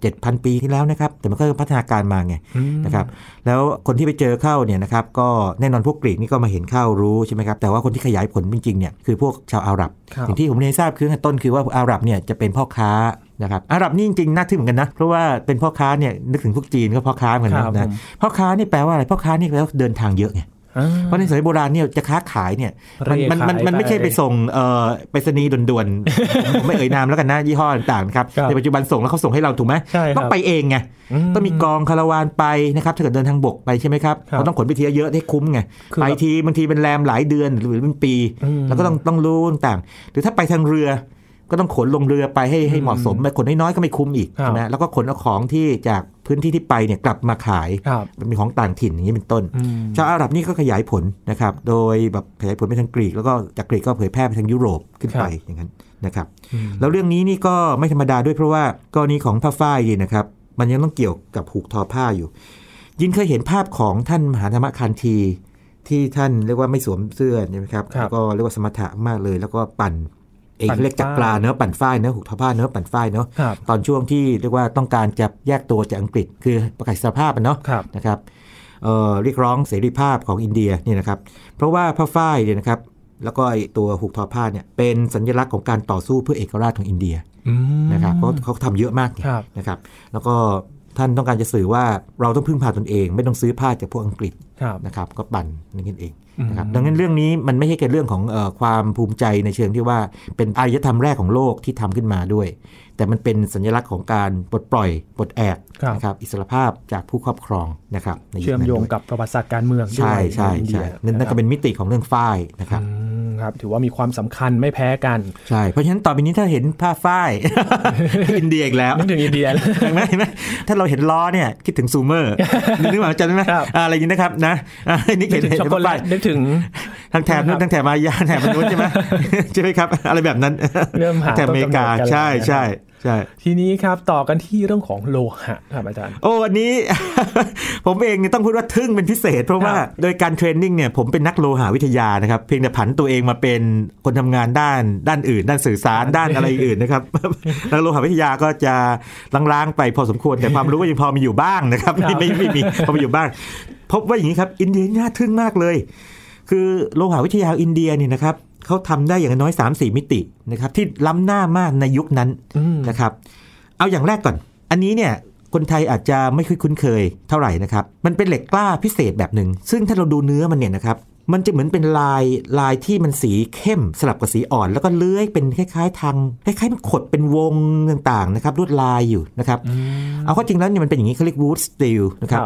[SPEAKER 2] 7,000 ปีที่แล้วนะครับแต่มันก็พัฒนาการมาไงนะครับแล้วคนที่ไปเจอเข้าเนี่ยนะครับก็แน่นอนพวกกรีกนี่ก็มาเห็นเข้ารู้ใช่ไหมครับแต่ว่าคนที่ขยายผลจริงๆเนี่ยคือพวกชาวอาหรับอย่างที่ผมได้ทราบคือต้นคือว่าอาหรับเนี่ยจะเป็นพ่อค้านะครับอาหรับนี่จริงๆน่าทึ่งเหมือนกันนะเพราะว่าเป็นพ่อค้าเนี่ยนึกถึงพวกจีนก็พ่อค้าเหมือนกันนะพ่อค้านี่แปลว่าอะไรพ่อค้านี่แปลว่าเดินทางเยอะไงเพราะในสมัยโบราณเนี่ยจะค้าขายเนี่ยมันไม่ใช่ไปส่งไปรษณีย์ด่วนๆ ผมไม่เอ่ยนามแล้วกันนะยี่ห้อต่างๆนะครับในปัจจุบันส่งแล้วเขาส่งให้เราถูกไหมต้องไปเองไงต้องมีกองคาราวานไปนะครับถ้าเกิดเดินทางบกไปใช่ไหมครับเขาต้องขนไปทีเยอะให้คุ้มไงไปทีบางทีเป็นแรมหลายเดือนหรือเป็นปีแล้วก็ต้องรู้ต่างๆหรือถ้าไปทางเรือก็ต้องขนลงเรือไปให้เหมาะสมขนน้อยๆก็ไม่คุ้มอีกใช่ไหมแล้วก็ขนเอาของที่จากพื้นที่ที่ไปเนี่ยกลับมาขายมีของต่างถิ่นอย่างนี้เป็นต้นชาวอาหรับนี่ก็ขยายผลนะครับโดยแบบขยายผลไปทางกรีกแล้วก็จากกรีกก็เผยแพร่ไปทางยุโรปขึ้นไปอย่างนั้นนะครับแล้วเรื่องนี้นี่ก็ไม่ธรรมดาด้วยเพราะว่ากรณีของผ้าฝ้ายนะครับมันยังต้องเกี่ยวกับผูกทอผ้าอยู่ยินเคยเห็นภาพของท่านมหาธรรมคันธีที่ท่านเรียกว่าไม่สวมเสื้อใช่ไหมครับแล้วก็เรียกว่าสมถะมากเลยแล้วก็ปั่นเรียกจักปลาเนื้อปั่นฝ้ายเนื้อหุกทอผ้าเนื้อปั่นฝ้ายเนาะตอนช่วงที่เรียกว่าต้องการจะแยกตัวจากอังกฤษคือประกาศอิสรภาพเนาะนะครับเรียกร้องเสรีภาพของอินเดียนี่นะครับเพราะว่าผ้าฝ้ายเนี่ยนะครับแล้วก็ตัวหุกทอผ้าเนี่ยเป็นสัญลักษณ์ของการต่อสู้เพื่อเอกราชของอินเดียนะครับเขาทำเยอะมากนะครับแล้วก็ท่านต้องการจะสื่อว่าเราต้องพึ่งพาตนเองไม่ต้องซื้อผ้าจากพวกอังกฤษนะครับก็ปั่นนั่นเองนะครับดังนั้นเรื่องนี้มันไม่ใช่แค่เรื่องของความภูมิใจในเชิงที่ว่าเป็นอารยธรรมแรกของโลกที่ทำขึ้นมาด้วยแต่มันเป็นสัญลักษณ์ของการปลดปล่อยปลดแอกนะครับอิสรภาพจากผู้ครอบครองนะครับ
[SPEAKER 1] เชื่อมโยงกับประวัติศาสตร์การเมือง
[SPEAKER 2] ใช่ใช่ใช่นั่นก็เป็นมิติของเรื่องฝ้ายนะครับ
[SPEAKER 1] ครับถือว่ามีความสำคัญไม่แพ้กัน
[SPEAKER 2] ใช่เพราะฉะนั้นต่อไปนี้ถ้าเห็นผ้าฝ้าย อินเดียอีกแล้ว
[SPEAKER 1] นึกถึงอินเดีย
[SPEAKER 2] เห็นไหมถ้าเราเห็นล้อเนี่ยคิดถึงซูเมอร์นึกว่าจำได้ไหมอะไรอย่างนี้นะครับนะนี่เห็น
[SPEAKER 1] ช็อกโกแลตนึกถึง
[SPEAKER 2] ทางแถบนู้นทางแถบมายาแถบนู้นใช่ไหมใช่ไหมครับอะไรแบบนั้นแถบอเมริกาใช่ใช่
[SPEAKER 1] ทีนี้ครับต่อกันที่เรื่องของโลหะครับอาจารย์
[SPEAKER 2] อันนี้ ผมเองเนี่ยต้องพูดว่าทึ่งเป็นพิเศษเพราะว่าโดยการเทรนนิ่งเนี่ยผมเป็นนักโลหะวิทยานะครับเพียงแต่ผันตัวเองมาเป็นคนทำงานด้านอื่นด้านสื่อสารด้านอะไรอื่นนะครับนักโลหะวิทยาก็จะล้างๆไปพอสมควรแต่ความรู้ก็ยังพอมีอยู่บ้างนะครับไม่มีพอมีอยู่บ้างพบว่าอย่างนี้ครับอินเดียน่าทึ่งมากเลยคือโลหะวิทยาอินเดียเนี่ยนะครับเขาทำได้อย่างน้อย 3-4 มิตินะครับที่ล้ำหน้ามากในยุคนั้นนะครับเอาอย่างแรกก่อนอันนี้เนี่ยคนไทยอาจจะไม่ค่อยคุ้นเคยเท่าไหร่นะครับมันเป็นเหล็กกล้าพิเศษแบบหนึ่งซึ่งถ้าเราดูเนื้อมันเนี่ยนะครับมันจะเหมือนเป็นลายที่มันสีเข้มสลับกับสีอ่อนแล้วก็เลื้อยเป็นคล้ายๆทางคล้ายๆมันขดเป็นวงต่างๆนะครับลวดลายอยู่นะครับเอาเข้าจริงแล้วเนี่ยมันเป็นอย่างนี้เขาเรียก wood steel นะครับ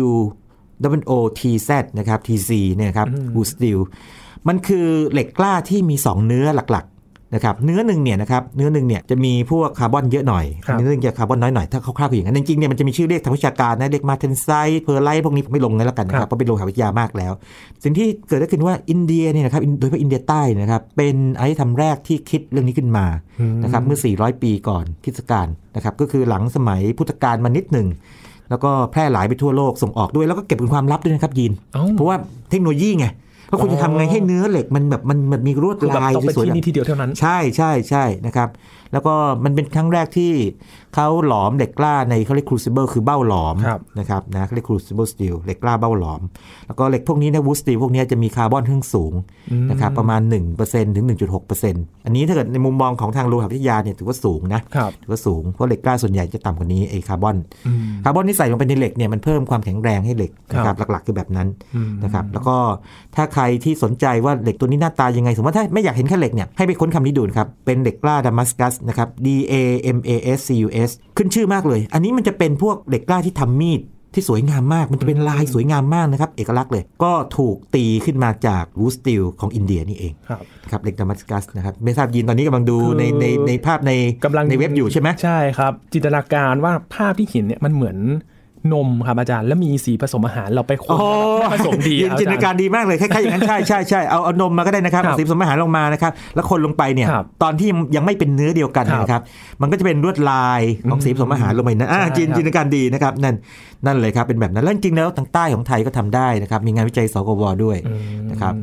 [SPEAKER 2] WOTZ นะครับ TC เนี่ยครับ wood steelมันคือเหล็กกล้าที่มี2เนื้อหลักๆนะครับเนื้อหนึ่งเนี่ยจะมีพวกคาร์บอนเยอะหน่อยเนื้อหนึ่งจะคาร์บอนน้อยหน่อยถ้าคร่าวๆคืออย่างนั้นจริงๆเนี่ยมันจะมีชื่อเรียกทางวิชาการนะเรียกมาเทนไซต์เพอร์ไลท์พวกนี้ผมไม่ลงงั้นแล้วกันนะครับเพราะเป็นโลหะวิทยามากแล้วสิ่งที่เกิดขึ้นว่าอินเดียเนี่ยนะครับโดยเฉพาะอินเดียใต้นะครับเป็นอารยธรรมแรกที่คิดเรื่องนี้ขึ้นมานะครับเมื่อ400 ปีก่อนคริสตกาลนะครับก็คือหลังสมัยพุทธกาลมานิดหนึ่งแล้วก็แพร่หลายไปทั่วโลกส่งออกด้วยแล้วก็เก็บเป็นความลับด้วยนะครับยินเพราะว่าเทคโนโลยีไงเพราะคุณจะทำไงให้เนื้อเหล็กมันแบบมันมีลวดลาย
[SPEAKER 1] สวยๆที่เดียวเท่านั้น
[SPEAKER 2] ใช่นะครับแล้วก็มันเป็นครั้งแรกที่เขาหลอมเหล็กกล้าในเขาเรียกครูซิเบิลคือเบ้าหลอมนะครับนะเขาเรียกครูซิเบิลสตีลเหล็กกล้าเบ้าหลอมแล้วก็เหล็กพวกนี้นะวูดสตีลพวกนี้จะมีคาร์บอนค่อนข้างสูงนะครับประมาณ 1% ถึง 1.6% อันนี้ถ้าเกิดในมุมมองของทางโลหะวิทยาเนี่ยถือว่าสูงนะถือว่าสูงเพราะเหล็กกล้าส่วนใหญ่จะต่ำกว่านี้ไอ้คาร์บอนที่ใส่ลงไปในเหล็กเนี่ยมันเพิ่มความแข็งแรงให้เหล็กนะครับหลักๆคือแบบนั้นนะครับแล้วก็ถ้าใครที่สนใจว่าเหล็กตัวนี้หน้าตายังไงสมมติว่าถ้าไม่อยากเห็นแค่เหล็กเนี่ยให้ไปค้นคำนี้ดูครับเป็นเหล็กกล้าดามัสกัสนะครับ DAMASCUS ขึ้นชื่อมากเลยอันนี้มันจะเป็นพวกเหล็กกล้าที่ทำมีดที่สวยงามมากมันจะเป็นลายสวยงามมากนะครับเอกลักษณ์เลยก็ถูกตีขึ้นมาจากวูดสตีลของอินเดียนี่เองครับเหล็กดามัสกัสนะครับไม่ทราบยินตอนนี้กำลังดูในภาพในเว็บอยู่ใช่ไหม
[SPEAKER 1] ใช่ครับจินตนาการว่าภาพที่เห็นเนี่ยมันเหมือนนมครับอาจารย์แล้วมีสีผสมอาหารเราไปคนผสมดี
[SPEAKER 2] จินตนาการดีมากเลยคล้ายๆอย่างนั้นใช่เอานมมาก็ได้นะครับสีผสมอาหารลงมานะครับแล้วคนลงไปเนี่ยตอนที่ยังไม่เป็นเนื้อเดียวกันนะครับมันก็จะเป็นลวดลายของสีผสมอาหารลงไปนะจินตนาการดีนะครับนั่นเลยครับเป็นแบบนั้นแล้วจริงๆแล้วทางใต้ของไทยก็ทำได้นะครับมีงานวิจัยสกวด้วยนะครับ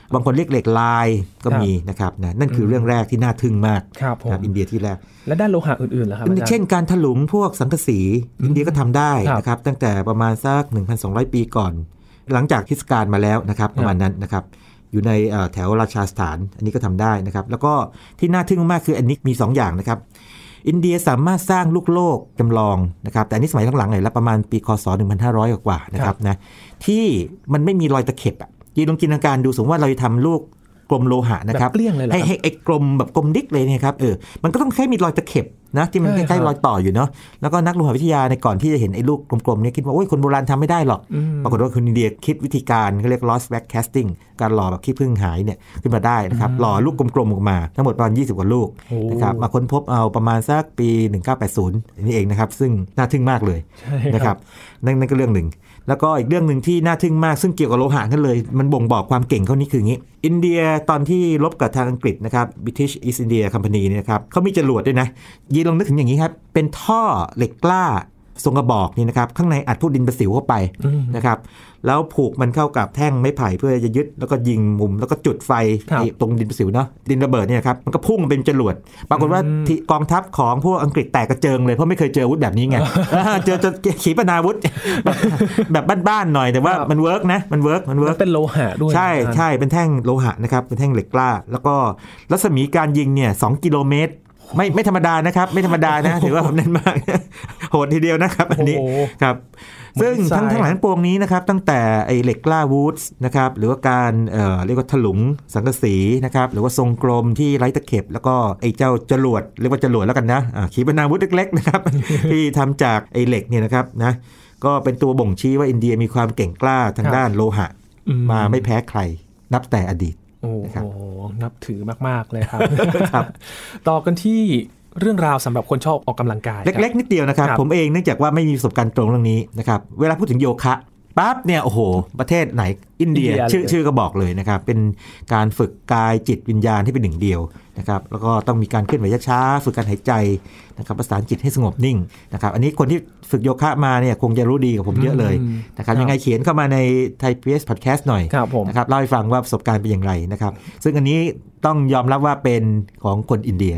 [SPEAKER 2] บางคนเรียกเหล็กลายก็มีนะครับนั่นคือเรื่องแรกที่น่าทึ่งมากครับอินเดียที่แรก
[SPEAKER 1] และด้านโลหะอื่นๆล่ะครับ
[SPEAKER 2] เช่นการถลุงพวกสังกะสีอินเดียก็ทำได้นะครับตั้งแต่ประมาณสัก 1,200 ปีก่อนหลังจากคริสต์กาลมาแล้วนะครับประมาณนั้นนะครับอยู่ในแถวราชาสถานอันนี้ก็ทำได้นะครับแล้วก็ที่น่าทึ่งมากคืออันนี้มี2อย่างนะครับอินเดียสามารถสร้างลูกโลกจำลองนะครับแต่อันนี้สมัยหลังๆหน่อยละประมาณปีคศ 1,500 กว่านะครับนะที่มันไม่มีรอยตะเข็บลองจินตนาการดูสมมติว่าเราจะทำลูกกลมโลหะนะครับให้ไอ้กลมแบบกลมดิ๊กเลยเนี่ยครับมันก็ต้องแค่มีรอยตะเข็บนะที่มันใกล้ๆรอยต่ออยู่เนาะแล้วก็นักโลหะวิทยาในก่อนที่จะเห็นไอ้ลูกกลมๆนี้คิดว่าโอ้ยคนโบราณทำไม่ได้หรอกปรากฏว่าคนอินเดียคิดวิธีการเขาเรียก lost wax casting การหล่อแบบขี้ผึ้งหายเนี่ยขึ้นมาได้นะครับหล่อลูกกลมๆออกมาทั้งหมดประมาณ20 กว่าลูกนะครับมาค้นพบเอาประมาณสักปี 1980นี่เองนะครับซึ่งน่าทึ่งมากเลยนะครับนั่นก็เรื่องหนึ่งแล้วก็อีกเรื่องหนึ่งที่น่าทึ่งมากซึ่งเกี่ยวกับโลหะกันเลยมันบ่งบอกความเก่งเขานี่คืออย่างนี้อินเดียตอนที่รบกับทางอังกฤษนะครับ British East India Company เนี่ยนะครับเขามีจรวดด้วยนะยีลองนึกถึงอย่างนี้ครับเป็นท่อเหล็กกล้าทรงกระบอกนี่นะครับข้างในอัดพวกดินประสิวเข้าไปนะครับแล้วผูกมันเข้ากับแท่งไม้ไผ่เพื่อจะยึดแล้วก็ยิงมุมแล้วก็จุดไฟตรงดินประสิวเนาะดินระเบิดเนี่ยครับมันก็พุ่งเป็นจรวดปรากฏว่ากองทัพของพวกอังกฤษแตกกระเจิงเลยเพราะไม่เคยเจออาวุธแบบนี้ไงเจอขีปนาวุธแบบบ้านๆหน่อยแต่ว่ามันเวิร์กนะมันเวิร์ก
[SPEAKER 1] เป็นโลหะด้วย
[SPEAKER 2] ใช่เป็นแท่งโลหะนะครับเป็นแท่งเหล็กกล้าแล้วก็รัศมีการยิงเนี่ย2 กิโลเมตรไม่ธรรมดานะครับไม่ธรรมดานะถือว่าผมแน่นมากโหดทีเดียวนะครับอันนี้ครับซึ่งทั้งหลายทั้งปวงนี้นะครับตั้งแต่ไอ้เหล็กกล้าวูดส์นะครับหรือว่าการเรียกว่าถลุงสังกะสีนะครับหรือว่าทรงกลมที่ไร้ตะเข็บแล้วก็ไอ้เจ้าจรวดเรียกว่าจรวดแล้วกันนะขีปนาวุธเล็กๆนะครับ ที่ทำจากไอ้เหล็กเนี่ยนะครับนะก็เป็นตัวบ่งชี้ว่าอินเดียมีความเก่งกล้าทางด้านโลหะมาไม่แพ้ใครนับแต่อดีต
[SPEAKER 1] โอ้โหนับถือมากๆเลยครับ ต่อกันที่เรื่องราวสำหรับคนชอบออกกำลังกาย
[SPEAKER 2] เล็กๆนิดเดียวนะครับผมเองเนื่องจากว่าไม่มีประสบการณ์ตรงเรื่องนี้นะครับเวลาพูดถึงโยคะปั๊บเนี่ยโอ้โหประเทศไหนอินเดียชื่อก็บอกเลยนะครับเป็นการฝึกกายจิตวิญญาณที่เป็นหนึ่งเดียวนะครับแล้วก็ต้องมีการเคลื่อนไหวช้าๆฝึกการหายใจนะครับประสานจิตให้สงบนิ่งนะครับอันนี้คนที่ฝึกโยคะมาเนี่ยคงจะรู้ดีกับผมเยอะเลยนะครับยังไงเขียนเข้ามาใน Thai PBS Podcast หน่อยนะครับเล่าให้ฟังว่าประสบการณ์เป็นอย่างไรนะครับซึ่งอันนี้ต้องยอมรับว่าเป็นของคนอินเดีย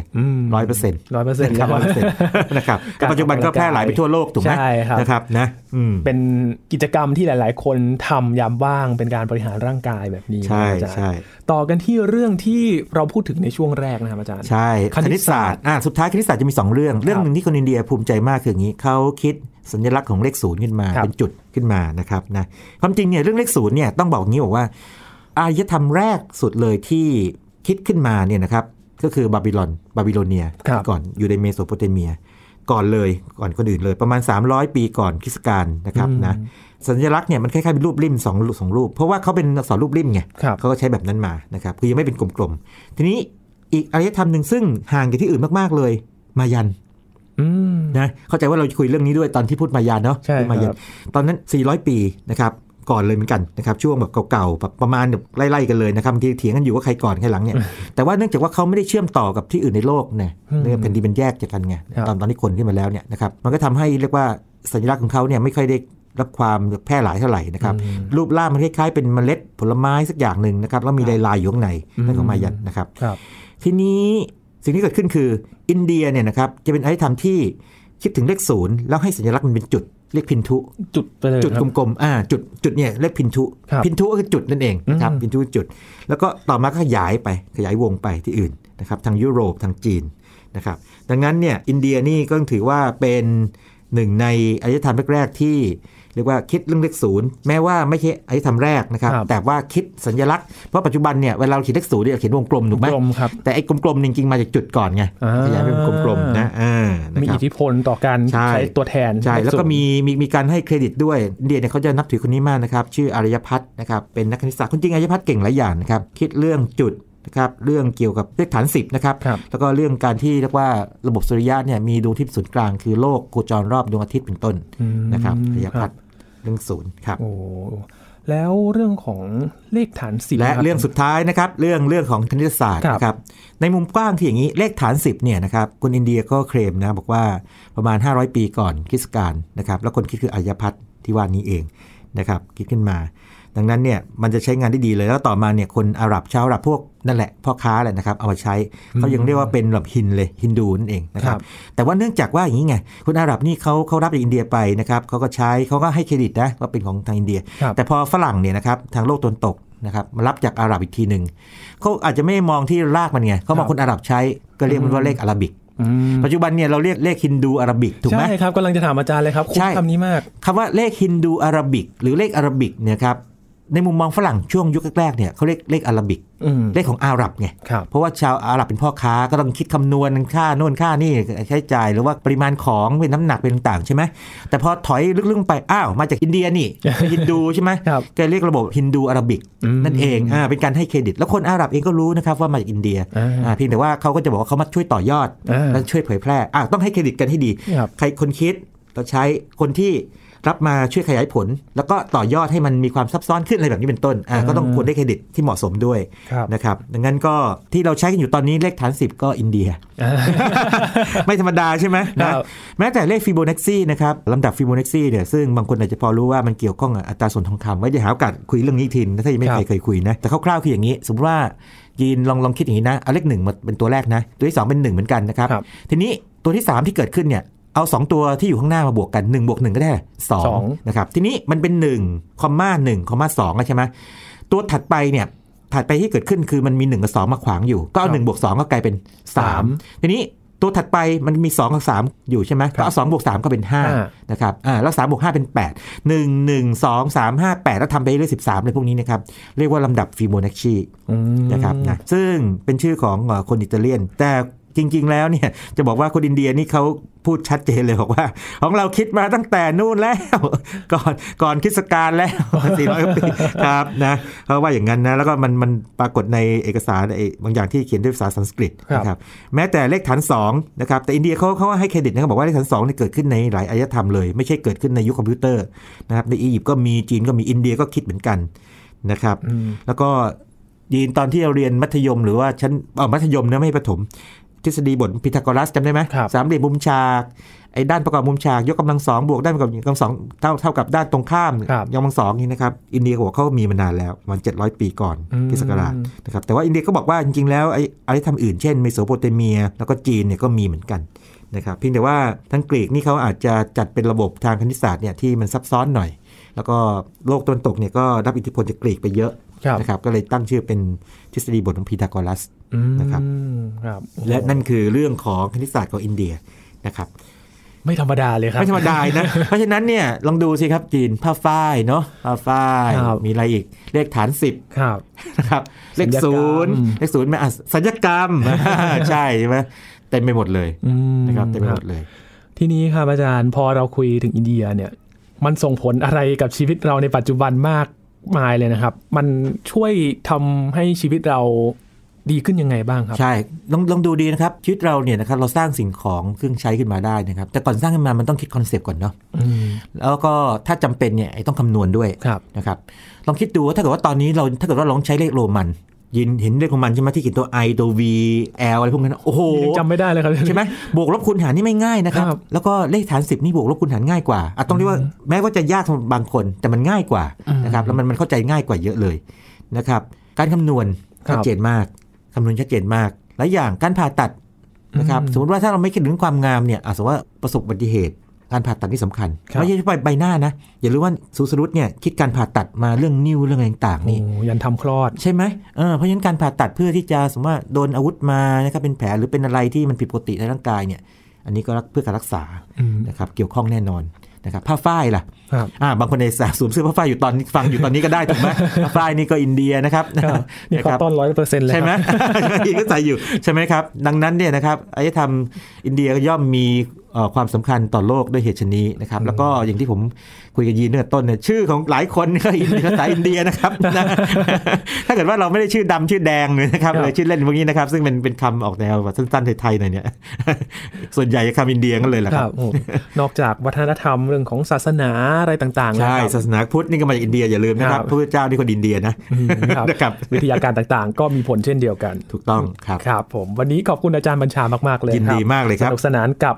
[SPEAKER 2] 100%
[SPEAKER 1] ครับ
[SPEAKER 2] 100% นะครับปัจจุบันก็แพร่หลายไปทั่วโลกถูกไหมนะครับนะ
[SPEAKER 1] เป็นกิจกรรมที่หลายๆคนทำยามว่างเป็นการบริหารร่างกายแบบนี้
[SPEAKER 2] ใช่ใช่
[SPEAKER 1] ต่อกันที่เรื่องที่เราพูดถึงในช่วงแรกนะครับอาจารย์
[SPEAKER 2] ใช่คณิตศาสตร์สุดท้ายคณิตศาสตร์จะมี2เรื่องนึงที่คนอินเดียภูมิใจมากคืออย่างนี้เขาคิดสัญลักษณ์ของเลข0ขึ้นมาเป็นจุดขึ้นมานะครับนะความจริงเนี่ยเรื่องเลข0เนี่ยต้องบอกงี้บอกว่าอารยธรรมแรกสุดเลยที่คิดขึ้นมาเนี่ยนะครับก็คือบาบิโลเนียก่อนอยู่ในเมโสโปเตเมียก่อนคนอื่นเลยประมาณ300 ปีก่อนคริสต์กาลนะครับนะสัญลักษณ์เนี่ยมันคล้ายๆเป็นรูปริม2รูปเพราะว่าเขาเป็นอักษรรูปริมไงเขาก็ใช้แบบนั้นมานะครับคือยังไม่เป็นกลมๆทีนี้อีกอารยธรรมนึงซึ่งห่างจากที่อื่นมากๆเลยมายันนะเข้าใจว่าเราคุยเรื่องนี้ด้วยตอนที่พูดมายันเนาะมายันตอนนั้น400 ปีนะครับก่อนเลยเหมือนกันนะครับช่วงแบบเก่าๆแบบประมาณแบบไล่ๆกันเลยนะครับที่เถียงกันอยู่ว่าใครก่อนใครหลังเนี่ยแต่ว่าเนื่องจากว่าเขาไม่ได้เชื่อมต่อกับที่อื่นในโลกเนี่ยแผ่นดินเป็นแยกจากกันไงตอนที่คนขึ้นมาแล้วเนี่ยนะครับมันก็ทำให้เรียกว่าสัญลักษณ์ของเขาเนี่ยไม่ค่อยได้รับความแพร่หลายเท่าไหร่นะครับรูปร่างมันคล้ายๆเป็นเมล็ดผลไม้สักอย่างนึงนะครับแล้วมีลายๆอยู่ข้างในนั่นของมายันนะครับทีนี้สิ่งที่เกิดขึ้นคืออินเดียเนี่ยนะครับจะเป็นอารยธรรมที่คิดถึงเลข0แล้วให้สัญลักษณ์มันเป็นจุดเรียกพินทุจุดกลมๆจุดเนี่ยเรียกพินทุก็คือจุดนั่นเองนะครับพินทุจุดแล้วก็ต่อมาก็ขยายวงไปที่อื่นนะครับทางยุโรปทางจีนนะครับดังนั้นเนี่ยอินเดียนี่ก็ถือว่าเป็นหนึ่งในอารยธรรมแรกๆที่เรียกว่าคิดเรื่องเลข0แม้ว่าไม่ใช่อารยธรรมแรกนะครับแต่ว่าคิดสัญลักษณ์เพราะปัจจุบันเนี่ยเวลาเราเขียนเลข0เนี่ยเขียนวงกลมถูกไหมแต่ไอ้กลมๆจริงๆมาจากจุดก่อนไงขยายเป็นกลมๆนะ
[SPEAKER 1] มีอิทธิพลต่อการใช้ตัวแทน
[SPEAKER 2] ใช่แล้วก็มีการให้เครดิตด้วยอินเดียเนี่ยเขาจะนับถือคนนี้มากนะครับชื่ออารยพัฒน์นะครับเป็นนักคณิตศาสตร์จริงอารยพัฒน์เก่งหลายอย่างนะครับคิดเรื่องจุดนะครับเรื่องเกี่ยวกับเลขฐาน10นะครับแล้วก็เรื่องการที่เรียกว่าระบบสุริยะเนี่ยมีดวงอาทิตย์ศูนย์กลางคือโลกโคจรรอบดวงอาทิตย์เป็นต้นนะครับอารยพัฒน์เรื่อง0ครับ
[SPEAKER 1] แล้วเรื่องของเลขฐาน10
[SPEAKER 2] และเรื่องสุดท้ายนะครับเรื่องของคณิตศาสตร์นะครับในมุมกว้างที่อย่างนี้เลขฐาน10เนี่ยนะครับคนอินเดียก็เคลมนะบอกว่าประมาณ500 ปีก่อนคริสต์กาลนะครับแล้วคนคิดคืออารยพัฒน์ที่ว่านี้เองนะครับคิดขึ้นมาดังนั้นเนี่ยมันจะใช้งานได้ดีเลยแล้วต่อมาเนี่ยคนอาหรับชาวอาหรับพวกนั่นแหละพ่อค้าแหละนะครับเอามาใช้เขายังเรียกว่าเป็นแบบฮินดูนั่นเองนะครับแต่ว่าเนื่องจากว่าอย่างนี้ไงคนอาหรับนี่เขารับจากอินเดียไปนะครับเขาก็ใช้เขาก็ให้เครดิตนะว่าเป็นของทางอินเดียแต่พอฝรั่งเนี่ยนะครับทางโลกตะวันตกนะครับมารับจากอาหรับอีกทีนึงเขาอาจจะไม่มองที่รากมันไงเขามองคนอาหรับใช้ก็เรียกมันว่าเลขอาราบิกปัจจุบันเนี่ยเราเรียกเลขฮินดูอาราบิกถูกไหม
[SPEAKER 1] ใช่ครับกำลังจะถามอาจารย์เลยครับคุ้นคำนี้มาก
[SPEAKER 2] คำว่าเลขฮินดูอาราบิกหรือเลขอาราบิกเนี่ยครับในมุมมองฝรั่งช่วงยุคแรกๆเนี่ยเขาเรียกเลขอาราบิกเลขของอาหรับไงเพราะว่าชาวอาหรับเป็นพ่อค้าก็ต้องคิดคำนวณค่าโน่นค่านี่ใช้จ่ายหรือว่าปริมาณของเป็นน้ำหนักเป็นต่างๆใช่ไหมแต่พอถอยลึกๆไปอ้าวมาจากอินเดียนี่ฮินดูใช่ไหมแกเรียกระบบฮินดูอาราบิกนั่นเองเป็นการให้เครดิตแล้วคนอาหรับเองก็รู้นะครับว่ามาจากอินเดียเพียงแต่ว่าเขาก็จะบอกว่าเขามาช่วยต่อยอดและช่วยเผยแพร่ต้องให้เครดิตกันให้ดีใครคนคิดเราใช้คนที่รับมาช่วยขยายผลแล้วก็ต่อยอดให้มันมีความซับซ้อนขึ้นอะไรแบบนี้เป็นต้นก็ต้องควรได้เครดิตที่เหมาะสมด้วยนะครับดังนั้นก็ที่เราใช้กันอยู่ตอนนี้เลขฐาน10ก็อินเดีย ไม่ธรรมดาใช่ไหมนะแม้แต่เลขฟิโบนัชชีนะครับลำดับฟิโบนัชชีเนี่ยซึ่งบางคนอาจจะพอรู้ว่ามันเกี่ยวข้องกับอัตราส่วนทองคำไว้จะหาโอกาสคุยเรื่องนี้ทีถ้ายังไม่เคยคุยนะแต่คร่าวๆคืออย่างนี้สมมติว่ายีนลองคิดอย่างนี้นะเอาเลข1มาเป็นตัวแรกนะตัวที่2เป็น1เหมือนกันนะครับทีนี้ตัวที่3ที่เกิดขึ้นเนี่ยเอา2ตัวที่อยู่ข้างหน้ามาบวกกัน1บวก1ก็ได้2นะครับทีนี้มันเป็น1คอมมา1คอมมา2ใช่ไหมตัวถัดไปเนี่ยถัดไปที่เกิดขึ้นคือมันมี1กับ2มาขวางอยู่ก็เอา1บวก2ก็กลายเป็น3ทีนี้ตัวถัดไปมันมี2กับ3อยู่ใช่ไหมก็เอา2บวก3ก็เป็น5นะครับแล้ว3บวก5เป็น8 1 1 2 3 5 8แล้วทำไปเรื่อย13เลยพวกนี้นะครับเรียกว่าลำดับฟิโบนัชชีนะครับนะซึ่งเป็นชื่อของคนอิตาเลียนแต่จริงๆแล้วเนี่ยจะบอกว่าคนอินเดียนี่เขาพูดชัดเจนเลยบอกว่าของเราคิดมาตั้งแต่นู่นแล้วก่อนคริสต์กาลแล้ว400 ปีครับนะเพราะว่าอย่างนั้นนะแล้วก็มันปรากฏในเอกสารบางอย่างที่เขียนด้วยภาษาสันสกฤตนะครับแม้แต่เลขฐาน2นะครับแต่อินเดียเขาให้เครดิตนะครับบอกว่าเลขฐาน2นี่เกิดขึ้นในหลายอารยธรรมเลยไม่ใช่เกิดขึ้นในยุคคอมพิวเตอร์นะครับในอียิปต์ก็มีจีนก็มีอินเดียก็คิดเหมือนกันนะครับแล้วก็ยีนตอนที่เราเรียนมัธยมหรือว่าชั้นมัธยมนะไม่ประถมทฤษฎีบทพีทาโกรัสจำได้ไหมสามเหลี่ยมมุมฉากไอ้ด้านประกอบมุมฉากยกกำลัง2บวกด้านประกอบกำลัง2เท่ากับด้านตรงข้ามยกกำลัง2นี่นะครับอินเดียบอกเขามีมานานแล้วประมาณ700 ปีก่อนคริสต์ศักราชนะครับแต่ว่าอินเดียก็บอกว่าจริงๆแล้วไอ้อารยธรรมอื่นเช่นเมโสโปเตเมียแล้วก็จีนเนี่ยก็มีเหมือนกันนะครับเพียงแต่ว่าทั้งกรีกนี่เขาอาจจะจัดเป็นระบบทางคณิตศาสตร์เนี่ยที่มันซับซ้อนหน่อยแล้วก็โลกตะวันตกเนี่ยก็รับอิทธิพลจากกรีกไปเยอะนะครับก็เลยตั้งชื่อเป็นทฤษฎีบทของพีทาโกรัสนะครับและนั่นคือเรื่องของคณิตศาสตร์ของอินเดียนะครับ
[SPEAKER 1] ไม่ธรรมดาเลยครับ
[SPEAKER 2] ไม่ธรรมดานะ เพราะฉะนั้นเนี่ยลองดูสิครับจีนผ้าฝ้ายเนาะผ้าฝ้ายมีอะไรอีกเลขฐาน10นะครับเลข0มาสัญญกรรม ใช่ไหมเต็มไปหมดเลยนะครับเต็มไปหมดเลย
[SPEAKER 1] ทีนี้ครับอาจารย์พอเราคุยถึงอินเดียเนี่ยมันส่งผลอะไรกับชีวิตเราในปัจจุบันมากมายเลยนะครับมันช่วยทำให้ชีวิตเราดีขึ้นยังไงบ้างครับ
[SPEAKER 2] ใช่ลองดูดีนะครับชีวิตเราเนี่ยนะครับเราสร้างสิ่งของเครื่องใช้ขึ้นมาได้นะครับแต่ก่อนสร้างขึ้นมามันต้องคิดคอนเซปต์ก่อนเนาะแล้วก็ถ้าจำเป็นเนี่ยต้องคำนวณด้วยนะครับลองคิดดูว่าถ้าเกิดว่าตอนนี้ถ้าเกิดว่าลองใช้เลขโรมันยินเห็นเลขของมันใช่ไหมที่เขียนตัว I ตัว V L อะไรพวกนั้นโอ้โห
[SPEAKER 1] จำไม่ได้เลยครับ
[SPEAKER 2] ใช่ไหมบวกลบคูณหารนี่ไม่ง่ายนะครับแล้วก็เลขฐาน10นี่บวกลบคูณหารง่ายกว่าต้องเรียกว่าแม้ว่าจะยากสำหรับบางคนแต่มันง่ายกว่านะครับแล้วมันเข้าใจง่ายกว่าเยอะเลยนะครับการคำนวณชัดเจนมากคำนวณชัดเจนมากหลายอย่างการผ่าตัดนะครับสมมติว่าถ้าเราไม่คิดถึงความงามเนี่ยสมมติว่าประสบอุบัติเหตุการผ่าตัดนี่สำคัญไม่ใช่เฉพาะใบหน้านะอย่าลืมว่าซูสรุตเนี่ยคิดการผ่าตัดมาเรื่องนิ้วเรื่องอะไรต่างๆนี่
[SPEAKER 1] ยันทำคลอด
[SPEAKER 2] ใช่ไหมเพราะฉะนั้นการผ่าตัดเพื่อที่จะสมมติว่าโดนอาวุธมานะครับเป็นแผลหรือเป็นอะไรที่มันผิดปกติในร่างกายเนี่ยอันนี้ก็เพื่อการรักษานะครับเกี่ยวข้องแน่นอนนะครับผ้าฝ้ายล่ะบางคนในสวมเสื้อผ้าฝ้ายอยู่ตอนนี้ฟังอยู่ตอนนี้ก็ได้ถูกไหมผ้าฝ้ายนี่ก็อินเดียนะครับ
[SPEAKER 1] นี่เขาต้น 100% เลย
[SPEAKER 2] ใช่ไหมก็ใส่อยู่ใช่ไหมครับดังนั้นเนี่ยนะครับอารยธรรมอินเดียก็ย่อมมีความสำคัญต่อโลกด้วยเหตุชนี้นะครับแล้วก็อย่างที่ผมคุยกับยีนเนื้อต้นเนี่ยชื่อของหลายคนก็ภาษาอินเดียนะครับถ้าเกิดว่าเราไม่ได้ชื่อดำชื่อแดงเลยนะครับเลยชื่อเล่นพวกนี้นะครับซึ่งเป็นคำออกแนวสั้นๆไทยๆหน่อยเนี่ยส่วนใหญ่คำอินเดียกันเลยแหละครับ
[SPEAKER 1] นอกจากวัฒนธรรมเรื่องของศาสนาอะไรต่างๆ
[SPEAKER 2] ใช่ศาสนาพุทธนี่ก็มาจากอินเดียอย่าลืมนะครับพระพุทธเจ้านี่คนอินเดียนะครับ
[SPEAKER 1] วิทยาการต่างๆก็มีผลเช่นเดียวกัน
[SPEAKER 2] ถูกต้องครับ
[SPEAKER 1] ครับผมวันนี้ขอบคุณอาจารย์บัญชามากๆเลย
[SPEAKER 2] ยินดีมากเลยครับ
[SPEAKER 1] สนุกสนานกับอารยธรรม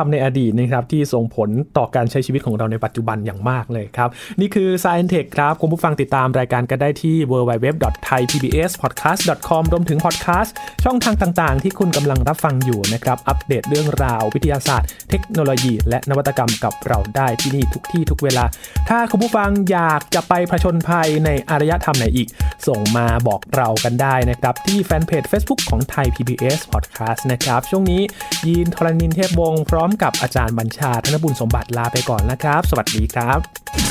[SPEAKER 1] ในอดีตนะครับที่ส่งผลต่อการใช้ชีวิตของเราในปัจจุบันอย่างมากเลยครับนี่คือ Science Tech ครับคุณผู้ฟังติดตามรายการกันได้ที่ www.thaipbspodcast.com รวมถึงพอดแคสต์ช่องทางต่างๆที่คุณกำลังรับฟังอยู่นะครับอัปเดตเรื่องราววิทยาศาสตร์เทคโนโลยีและนวัตกรรมกับเราได้ที่นี่ทุกที่ทุกเวลาถ้าคุณผู้ฟังอยากจะไปผจญภัยในอารยธรรมไหนอีกส่งมาบอกเรากันได้นะครับที่แฟนเพจ Facebook ของ Thai PBS Podcast นะครับช่วงนี้ยีน ธรณินทร์ เทพวงศ์พร้อมกับอาจารย์บัญชา ธนบุญสมบัติลาไปก่อนนะครับสวัสดีครับ